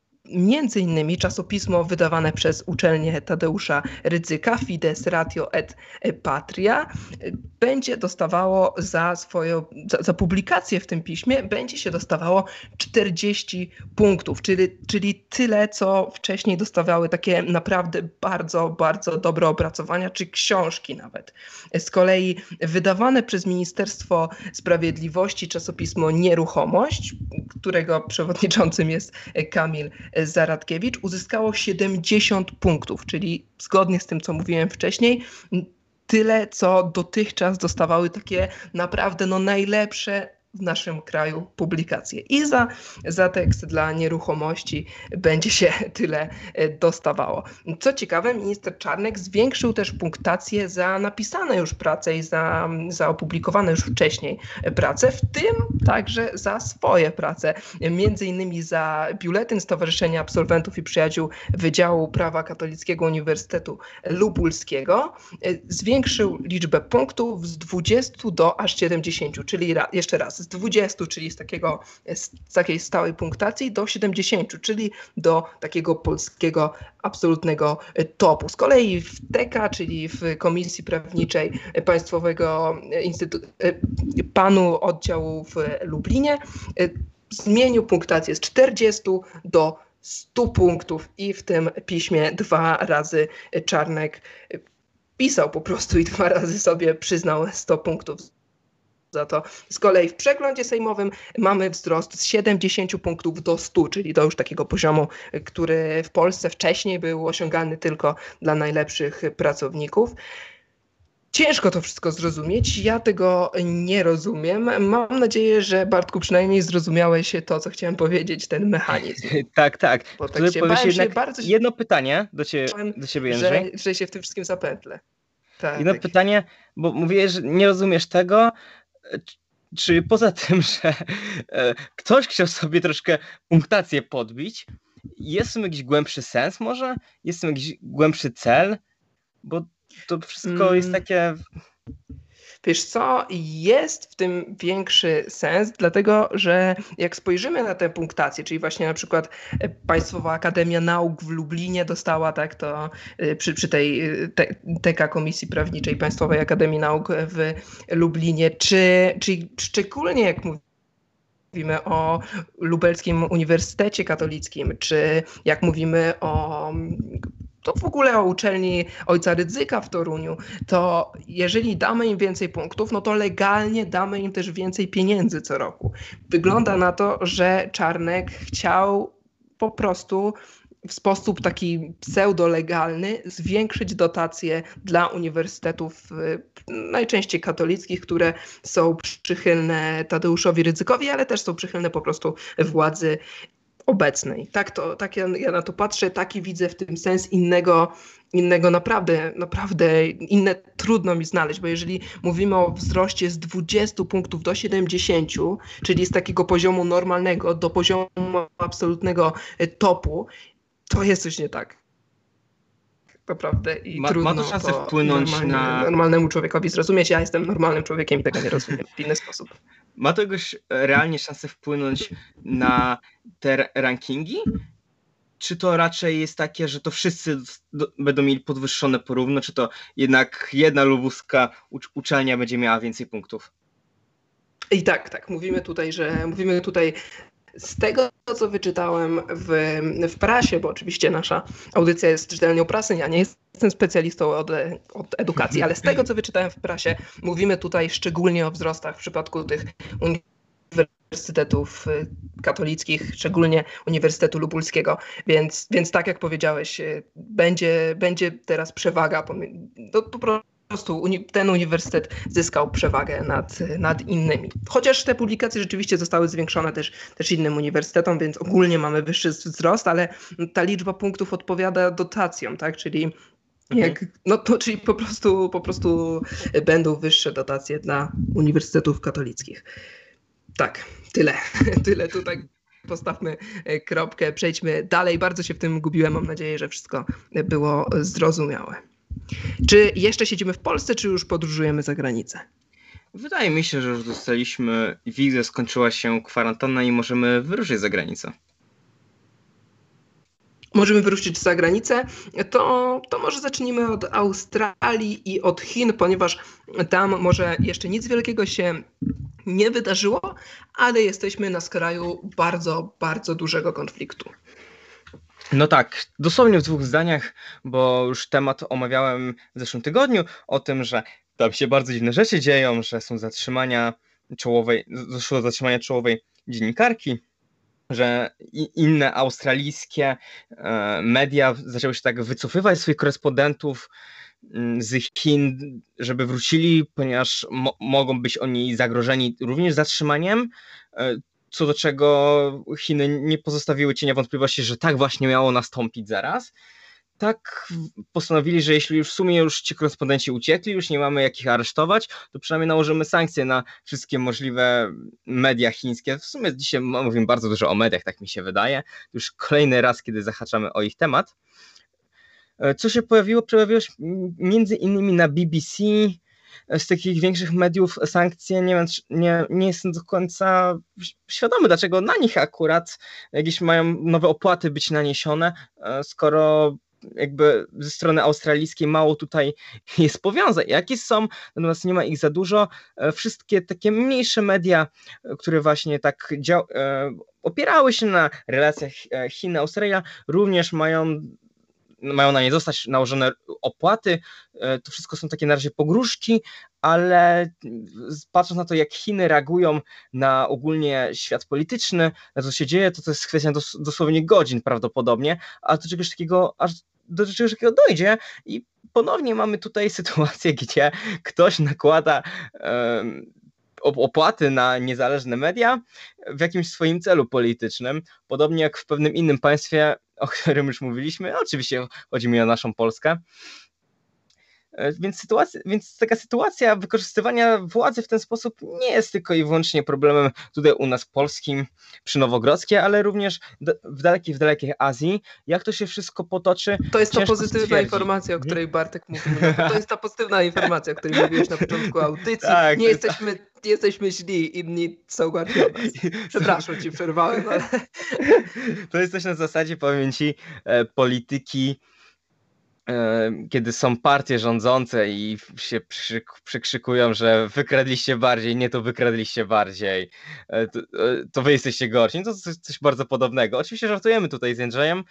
między innymi czasopismo wydawane przez uczelnię Tadeusza Rydzyka, Fides Ratio et Patria, będzie dostawało za swoją, za, za publikację w tym piśmie, będzie się dostawało czterdzieści punktów, czyli, czyli tyle, co wcześniej dostawały takie naprawdę bardzo, bardzo dobre opracowania, czy książki nawet. Z kolei wydawane przez Ministerstwo Sprawiedliwości czasopismo Nieruchomość, którego przewodniczącym jest Kamil Zaradkiewicz, uzyskało siedemdziesiąt punktów, czyli zgodnie z tym, co mówiłem wcześniej, tyle, co dotychczas dostawały takie naprawdę no, najlepsze w naszym kraju publikacje. I za, za tekst dla nieruchomości będzie się tyle dostawało. Co ciekawe, minister Czarnek zwiększył też punktację za napisane już prace i za, za opublikowane już wcześniej prace, w tym także za swoje prace. Między innymi za biuletyn Stowarzyszenia Absolwentów i Przyjaciół Wydziału Prawa Katolickiego Uniwersytetu Lubulskiego. Zwiększył liczbę punktów z dwudziestu do aż siedemdziesięciu, czyli ra, jeszcze raz, z dwudziestu, czyli z, takiego, z takiej stałej punktacji, do siedemdziesięciu, czyli do takiego polskiego absolutnego topu. Z kolei w T K, czyli w Komisji Prawniczej Państwowego Instytutu, panu oddziału w Lublinie, zmienił punktację z czterdziestu do stu punktów i w tym piśmie dwa razy Czarnek pisał po prostu i dwa razy sobie przyznał sto punktów za to. Z kolei w przeglądzie sejmowym mamy wzrost z siedemdziesięciu punktów do stu, czyli do już takiego poziomu, który w Polsce wcześniej był osiągany tylko dla najlepszych pracowników. Ciężko to wszystko zrozumieć, ja tego nie rozumiem. Mam nadzieję, że Bartku przynajmniej zrozumiałeś to, co chciałem powiedzieć, ten mechanizm. Tak, tak. Bo tak się bałem się bardzo, jedno pytanie do ciebie, do ciebie Jędrzej. Że, że się w tym wszystkim zapętlę. Tak. Jedno pytanie, bo mówiłeś, że nie rozumiesz tego, czy poza tym, że ktoś chciał sobie troszkę punktację podbić, jest w tym jakiś głębszy sens może? Jest w tym jakiś głębszy cel? Bo to wszystko mm. jest takie... Wiesz co, jest w tym większy sens, dlatego że jak spojrzymy na tę punktację, czyli właśnie na przykład Państwowa Akademia Nauk w Lublinie dostała tak to przy, przy tej T K Komisji Prawniczej Państwowej Akademii Nauk w Lublinie, czy, czy szczególnie jak mówimy o Lubelskim Uniwersytecie Katolickim, czy jak mówimy o to w ogóle o uczelni ojca Rydzyka w Toruniu, to jeżeli damy im więcej punktów, no to legalnie damy im też więcej pieniędzy co roku. Wygląda na to, że Czarnek chciał po prostu w sposób taki pseudolegalny zwiększyć dotacje dla uniwersytetów najczęściej katolickich, które są przychylne Tadeuszowi Rydzykowi, ale też są przychylne po prostu władzy obecnej. Tak, to, tak ja, ja na to patrzę, taki widzę w tym sens. Innego, innego naprawdę, naprawdę inne trudno mi znaleźć, bo jeżeli mówimy o wzroście z dwudziestu punktów do siedemdziesięciu, czyli z takiego poziomu normalnego do poziomu absolutnego topu, to jest coś nie tak. Naprawdę i Ma, trudno ma to szansę to wpłynąć na... normalnemu człowiekowi zrozumieć. Ja jestem normalnym człowiekiem i tego nie rozumiem w inny sposób. Ma to jakoś realnie szansę wpłynąć na te rankingi? Czy to raczej jest takie, że to wszyscy do, będą mieli podwyższone porówno, czy to jednak jedna lubuska ucz, uczelnia będzie miała więcej punktów? I tak, tak, mówimy tutaj, że mówimy tutaj z tego, co wyczytałem w, w prasie, bo oczywiście nasza audycja jest czytelnią prasy, ja nie jestem specjalistą od, od edukacji, ale z tego, co wyczytałem w prasie, mówimy tutaj szczególnie o wzrostach w przypadku tych uniwersytetów katolickich, szczególnie Uniwersytetu Lubulskiego, więc, więc tak jak powiedziałeś, będzie, będzie teraz przewaga, no, po prostu Po prostu ten uniwersytet zyskał przewagę nad, nad innymi. Chociaż te publikacje rzeczywiście zostały zwiększone też, też innym uniwersytetom, więc ogólnie mamy wyższy wzrost, ale ta liczba punktów odpowiada dotacjom, tak? Czyli jak, no to, czyli po prostu, po prostu będą wyższe dotacje dla uniwersytetów katolickich. Tak, tyle. Tyle tutaj. Postawmy kropkę, przejdźmy dalej. Bardzo się w tym gubiłem. Mam nadzieję, że wszystko było zrozumiałe. Czy jeszcze siedzimy w Polsce, czy już podróżujemy za granicę? Wydaje mi się, że już dostaliśmy wizę, skończyła się kwarantanna i możemy wyruszyć za granicę. Możemy wyruszyć za granicę, to, to może zacznijmy od Australii i od Chin, ponieważ tam może jeszcze nic wielkiego się nie wydarzyło, ale jesteśmy na skraju bardzo, bardzo dużego konfliktu. No tak, dosłownie w dwóch zdaniach, bo już temat omawiałem w zeszłym tygodniu o tym, że tam się bardzo dziwne rzeczy dzieją, że są zatrzymania czołowej, doszło do zatrzymania czołowej dziennikarki, że inne australijskie media zaczęły się tak wycofywać swoich korespondentów z Chin, żeby wrócili, ponieważ mo- mogą być oni zagrożeni również zatrzymaniem, co do czego Chiny nie pozostawiły cienia wątpliwości, że tak właśnie miało nastąpić zaraz. Tak postanowili, że jeśli już w sumie już ci korespondenci uciekli, już nie mamy jak ich aresztować, to przynajmniej nałożymy sankcje na wszystkie możliwe media chińskie. W sumie dzisiaj mówimy bardzo dużo o mediach, tak mi się wydaje. Już kolejny raz, kiedy zahaczamy o ich temat. Co się pojawiło? Pojawiło się między innymi na B B C, z takich większych mediów sankcje, nie wiem, nie, nie jestem do końca świadomy, dlaczego na nich akurat jakieś mają nowe opłaty być naniesione, skoro jakby ze strony australijskiej mało tutaj jest powiązań. Jakie są, natomiast nie ma ich za dużo. Wszystkie takie mniejsze media, które właśnie tak dział- opierały się na relacjach Chin-Australia, również mają mają na nie zostać nałożone opłaty. To wszystko są takie na razie pogróżki, ale patrząc na to, jak Chiny reagują na ogólnie świat polityczny, na to, co się dzieje, to to jest kwestia dos- dosłownie godzin prawdopodobnie, a do czegoś takiego, aż do czegoś takiego dojdzie i ponownie mamy tutaj sytuację, gdzie ktoś nakłada um, opłaty na niezależne media w jakimś swoim celu politycznym, podobnie jak w pewnym innym państwie, o którym już mówiliśmy, oczywiście chodzi mi o naszą Polskę. Więc, sytuacja, więc taka sytuacja wykorzystywania władzy w ten sposób nie jest tylko i wyłącznie problemem tutaj u nas polskim przy Nowogrodzkiej, ale również w dalekiej, w dalekiej Azji. Jak to się wszystko potoczy? To jest ta pozytywna informacja, o której Bartek mówił. To jest ta pozytywna informacja, o której mówiłeś na początku audycji. Tak, nie, jesteśmy, nie jesteśmy źli, inni są gorsi od nas. Przepraszam, ci przerwałem, ale... To jest coś na zasadzie, powiem ci, polityki, kiedy są partie rządzące i się przykrzykują, że wykradliście bardziej, nie to wykradliście bardziej, to, to wy jesteście gorsi. To jest coś bardzo podobnego. Oczywiście żartujemy tutaj z Jędrzejem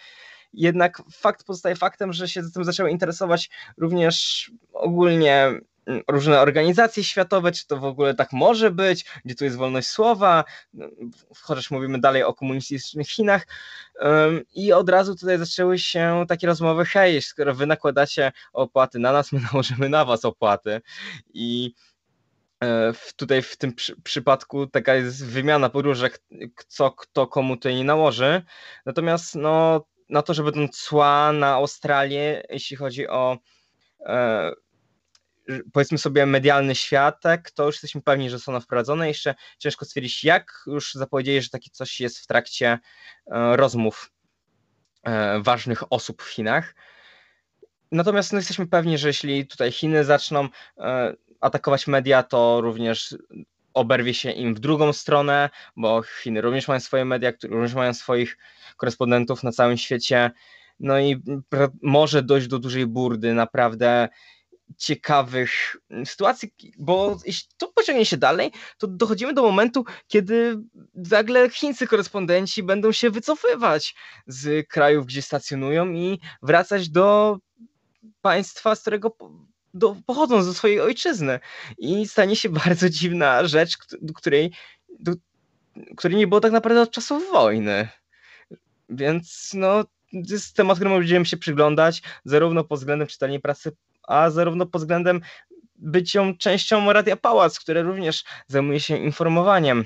jednak fakt pozostaje faktem, że się tym zaczęły interesować również ogólnie różne organizacje światowe, czy to w ogóle tak może być, gdzie tu jest wolność słowa, chociaż mówimy dalej o komunistycznych Chinach. I od razu tutaj zaczęły się takie rozmowy, hej, skoro wy nakładacie opłaty na nas, my nałożymy na was opłaty. I tutaj w tym przy, przypadku taka jest wymiana podróżek, co kto komu tutaj nie nałoży. Natomiast no, na to, że będą cła na Australię, jeśli chodzi o e, powiedzmy sobie medialny światek, to już jesteśmy pewni, że są wprowadzone. Jeszcze ciężko stwierdzić, jak już zapowiedzieli, że takie coś jest w trakcie e, rozmów e, ważnych osób w Chinach. Natomiast no, jesteśmy pewni, że jeśli tutaj Chiny zaczną e, atakować media, to również oberwie się im w drugą stronę, bo Chiny również mają swoje media, które również mają swoich korespondentów na całym świecie. No i może dojść do dużej burdy, naprawdę ciekawych sytuacji, bo jeśli to pociągnie się dalej, to dochodzimy do momentu, kiedy nagle chińscy korespondenci będą się wycofywać z krajów, gdzie stacjonują i wracać do państwa, z którego do, pochodzą, ze swojej ojczyzny. I stanie się bardzo dziwna rzecz, do której, do, której nie było tak naprawdę od czasów wojny. Więc no, to jest temat, któremu będziemy się przyglądać, zarówno pod względem czytania prasy, a zarówno pod względem bycią częścią Radia Pałac, które również zajmuje się informowaniem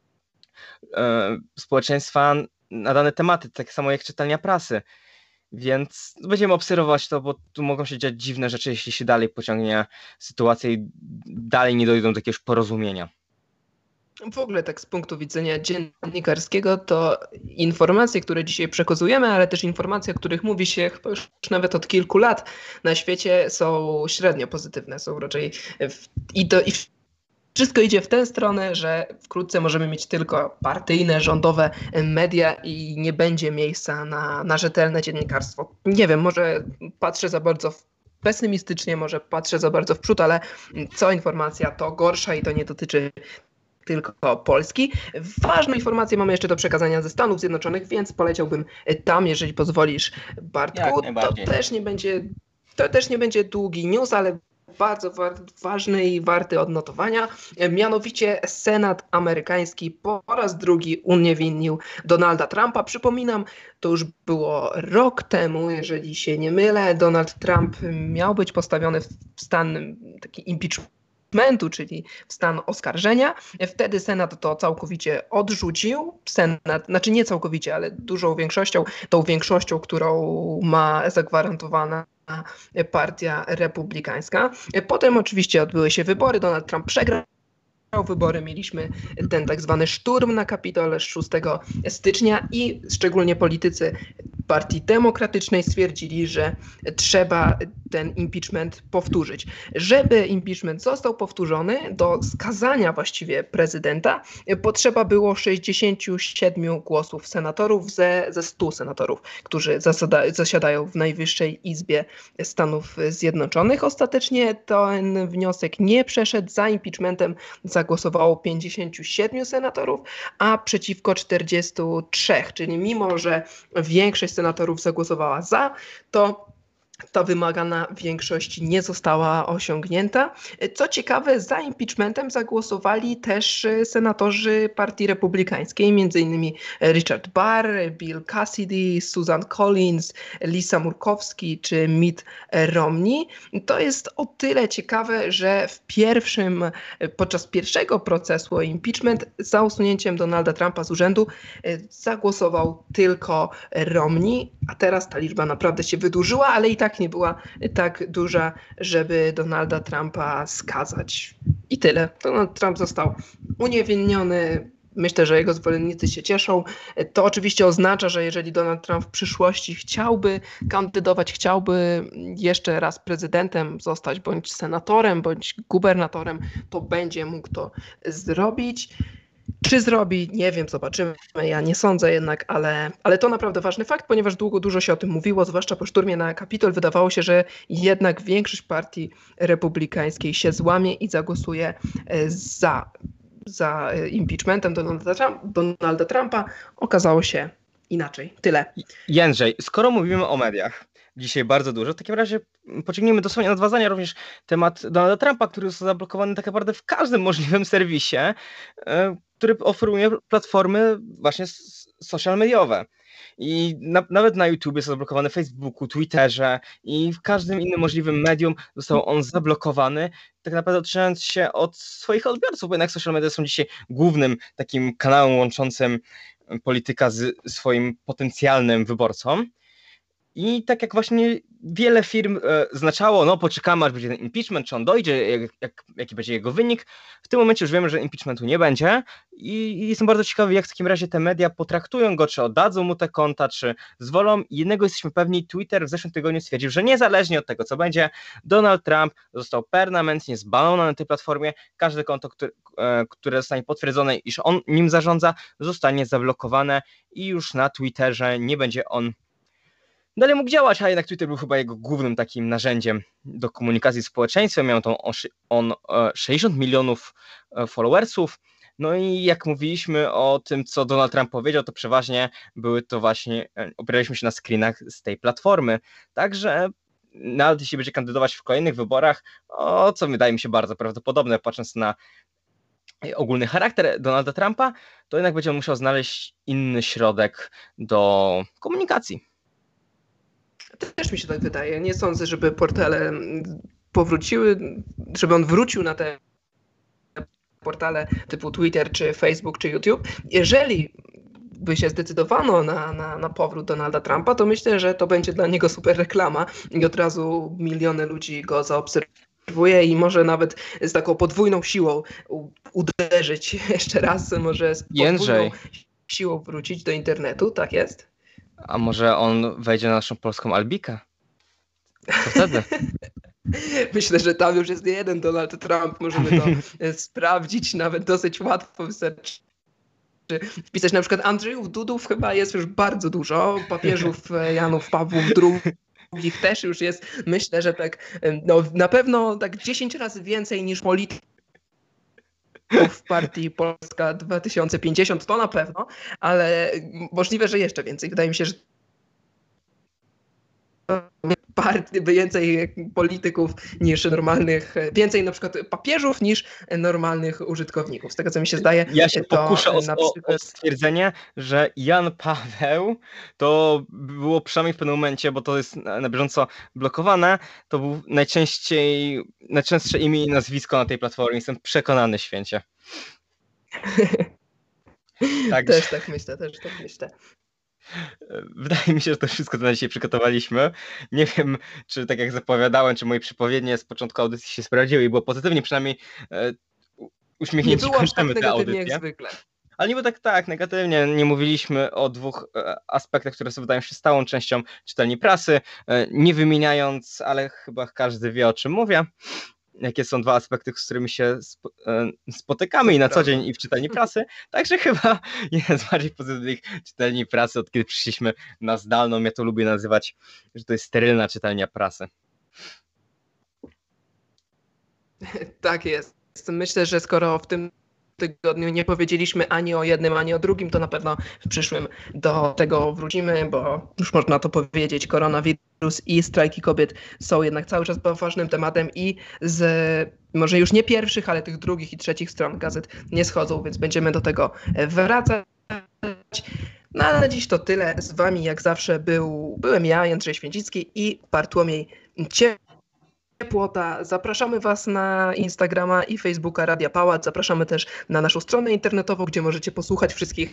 e, społeczeństwa na dane tematy, tak samo jak czytania prasy. Więc będziemy obserwować to, bo tu mogą się dziać dziwne rzeczy, jeśli się dalej pociągnie sytuacja i dalej nie dojdą do jakiegoś porozumienia. W ogóle tak z punktu widzenia dziennikarskiego to informacje, które dzisiaj przekazujemy, ale też informacje, o których mówi się chyba już nawet od kilku lat na świecie, są średnio pozytywne, są raczej w, i, to, i wszystko idzie w tę stronę, że wkrótce możemy mieć tylko partyjne, rządowe media i nie będzie miejsca na, na rzetelne dziennikarstwo. Nie wiem, może patrzę za bardzo w pesymistycznie, może patrzę za bardzo w przód, ale co informacja to gorsza i to nie dotyczy tylko Polski. Ważną informację mamy jeszcze do przekazania ze Stanów Zjednoczonych, więc poleciałbym tam, jeżeli pozwolisz, Bartku. To też nie będzie, to też nie będzie długi news, ale bardzo wa- ważny i warty odnotowania. Mianowicie Senat amerykański po raz drugi uniewinnił Donalda Trumpa. Przypominam, to już było rok temu, jeżeli się nie mylę. Donald Trump miał być postawiony w stan taki impeachment, czyli w stan oskarżenia. Wtedy Senat to całkowicie odrzucił. Senat, znaczy nie całkowicie, ale dużą większością, tą większością, którą ma zagwarantowana Partia Republikańska. Potem oczywiście odbyły się wybory. Donald Trump przegrał wybory. Mieliśmy ten tak zwany szturm na Kapitol szóstego stycznia i szczególnie politycy Partii Demokratycznej stwierdzili, że trzeba ten impeachment powtórzyć. Żeby impeachment został powtórzony, do skazania właściwie prezydenta potrzeba było sześćdziesięciu siedmiu głosów senatorów ze, ze stu senatorów, którzy zasada, zasiadają w Najwyższej Izbie Stanów Zjednoczonych. Ostatecznie ten wniosek nie przeszedł. Za impeachmentem zagłosowało pięćdziesięciu siedmiu senatorów, a przeciwko czterdziestu trzech, czyli mimo, że większość senatorów zagłosowała za, to ta wymagana większość nie została osiągnięta. Co ciekawe, za impeachmentem zagłosowali też senatorzy Partii Republikańskiej, między innymi Richard Burr, Bill Cassidy, Susan Collins, Lisa Murkowski czy Mitt Romney. To jest o tyle ciekawe, że w pierwszym, podczas pierwszego procesu o impeachment za usunięciem Donalda Trumpa z urzędu zagłosował tylko Romney, a teraz ta liczba naprawdę się wydłużyła, ale i tak nie była tak duża, żeby Donalda Trumpa skazać. I tyle. Donald Trump został uniewinniony. Myślę, że jego zwolennicy się cieszą. To oczywiście oznacza, że jeżeli Donald Trump w przyszłości chciałby kandydować, chciałby jeszcze raz prezydentem zostać, bądź senatorem, bądź gubernatorem, to będzie mógł to zrobić. Czy zrobi? Nie wiem, zobaczymy. Ja nie sądzę jednak, ale, ale to naprawdę ważny fakt, ponieważ długo, dużo się o tym mówiło, zwłaszcza po szturmie na Kapitol. Wydawało się, że jednak większość partii republikańskiej się złamie i zagłosuje za, za impeachmentem Donalda, Trump, Donalda Trumpa. Okazało się inaczej. Tyle. Jędrzej, skoro mówimy o mediach dzisiaj bardzo dużo, w takim razie pociągniemy dosłownie na dwa zdania również temat Donalda Trumpa, który został zablokowany tak naprawdę w każdym możliwym serwisie, który oferuje platformy właśnie social mediowe. I na, nawet na YouTube jest zablokowany, Facebooku, Twitterze i w każdym innym możliwym medium został on zablokowany, tak naprawdę odcinając się od swoich odbiorców, bo jednak social media są dzisiaj głównym takim kanałem łączącym polityka z swoim potencjalnym wyborcą. I tak jak właśnie wiele firm e, znaczało, no poczekamy aż będzie ten impeachment, czy on dojdzie, jak, jak, jaki będzie jego wynik. W tym momencie już wiemy, że impeachmentu nie będzie i, i jestem bardzo ciekawy, jak w takim razie te media potraktują go, czy oddadzą mu te konta, czy zwolą. Jednego jesteśmy pewni, Twitter w zeszłym tygodniu stwierdził, że niezależnie od tego, co będzie, Donald Trump został permanentnie zbanowany na tej platformie. Każde konto, które, e, które zostanie potwierdzone, iż on nim zarządza, zostanie zablokowane i już na Twitterze nie będzie on dalej mógł działać, a jednak Twitter był chyba jego głównym takim narzędziem do komunikacji z społeczeństwem. Miał tą on sześćdziesiąt milionów followersów. No i jak mówiliśmy o tym, co Donald Trump powiedział, to przeważnie były to właśnie, opieraliśmy się na screenach z tej platformy. Także nawet jeśli będzie kandydować w kolejnych wyborach, o co wydaje mi się bardzo prawdopodobne, patrząc na ogólny charakter Donalda Trumpa, to jednak będzie on musiał znaleźć inny środek do komunikacji. Też mi się tak wydaje. Nie sądzę, żeby portale powróciły, żeby on wrócił na te portale typu Twitter, czy Facebook, czy YouTube. Jeżeli by się zdecydowano na, na, na powrót Donalda Trumpa, to myślę, że to będzie dla niego super reklama i od razu miliony ludzi go zaobserwuje i może nawet z taką podwójną siłą uderzyć jeszcze raz, może z podwójną Jędrzej. siłą wrócić do internetu, tak jest? A może on wejdzie na naszą polską Albikę? Co wtedy? Myślę, że tam już jest nie jeden Donald Trump. Możemy to sprawdzić nawet dosyć łatwo. Wystarczy wpisać na przykład Andrzejów Dudów chyba jest już bardzo dużo. Papieżów Janów Pawłów drugich też już jest. Myślę, że tak no, na pewno tak dziesięć razy więcej niż polityków w partii Polska dwa tysiące pięćdziesiąt, to na pewno, ale możliwe, że jeszcze więcej. Wydaje mi się, że partii, więcej polityków niż normalnych, więcej na przykład papieżów niż normalnych użytkowników. Z tego, co mi się zdaje, ja się to pokuszę o, na o, przykład... o stwierdzenie, że Jan Paweł to było przynajmniej w pewnym momencie, bo to jest na, na bieżąco blokowane, to był najczęściej, najczęstsze imię i nazwisko na tej platformie. Jestem przekonany, święcie. Tak, też tak myślę, też tak myślę. Wydaje mi się, że to wszystko, co na dzisiaj przygotowaliśmy. Nie wiem, czy tak jak zapowiadałem, czy moje przepowiednie z początku audycji się sprawdziły i było pozytywnie, przynajmniej e, uśmiechnięci nie było kończymy tak tę audycję. Jak audycję. zwykle. Ale nie było tak, tak, negatywnie. Nie mówiliśmy o dwóch e, aspektach, które sobie wydają się stałą częścią czytelni prasy, e, nie wymieniając, ale chyba każdy wie, o czym mówię. Jakie są dwa aspekty, z którymi się spo, e, spotykamy i na co dzień i w czytelni prasy. Także chyba jeden z bardziej pozytywnych czytelni prasy, od kiedy przyszliśmy na zdalną. Ja to lubię nazywać, że to jest sterylna czytelnia prasy. Tak jest. Myślę, że skoro w tym tygodniu nie powiedzieliśmy ani o jednym, ani o drugim, to na pewno w przyszłym do tego wrócimy, bo już można to powiedzieć, koronawirus i strajki kobiet są jednak cały czas ważnym tematem i z może już nie pierwszych, ale tych drugich i trzecich stron gazet nie schodzą, więc będziemy do tego wracać. No ale na dziś to tyle. Z wami jak zawsze był, byłem ja, Jędrzej Święcicki i Bartłomiej Ciepłota. Zapraszamy was na Instagrama i Facebooka Radia Pałac. Zapraszamy też na naszą stronę internetową, gdzie możecie posłuchać wszystkich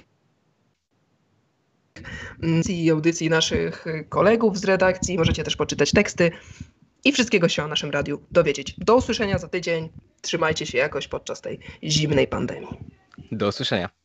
i audycji naszych kolegów z redakcji. Możecie też poczytać teksty i wszystkiego się o naszym radiu dowiedzieć. Do usłyszenia za tydzień. Trzymajcie się jakoś podczas tej zimnej pandemii. Do usłyszenia.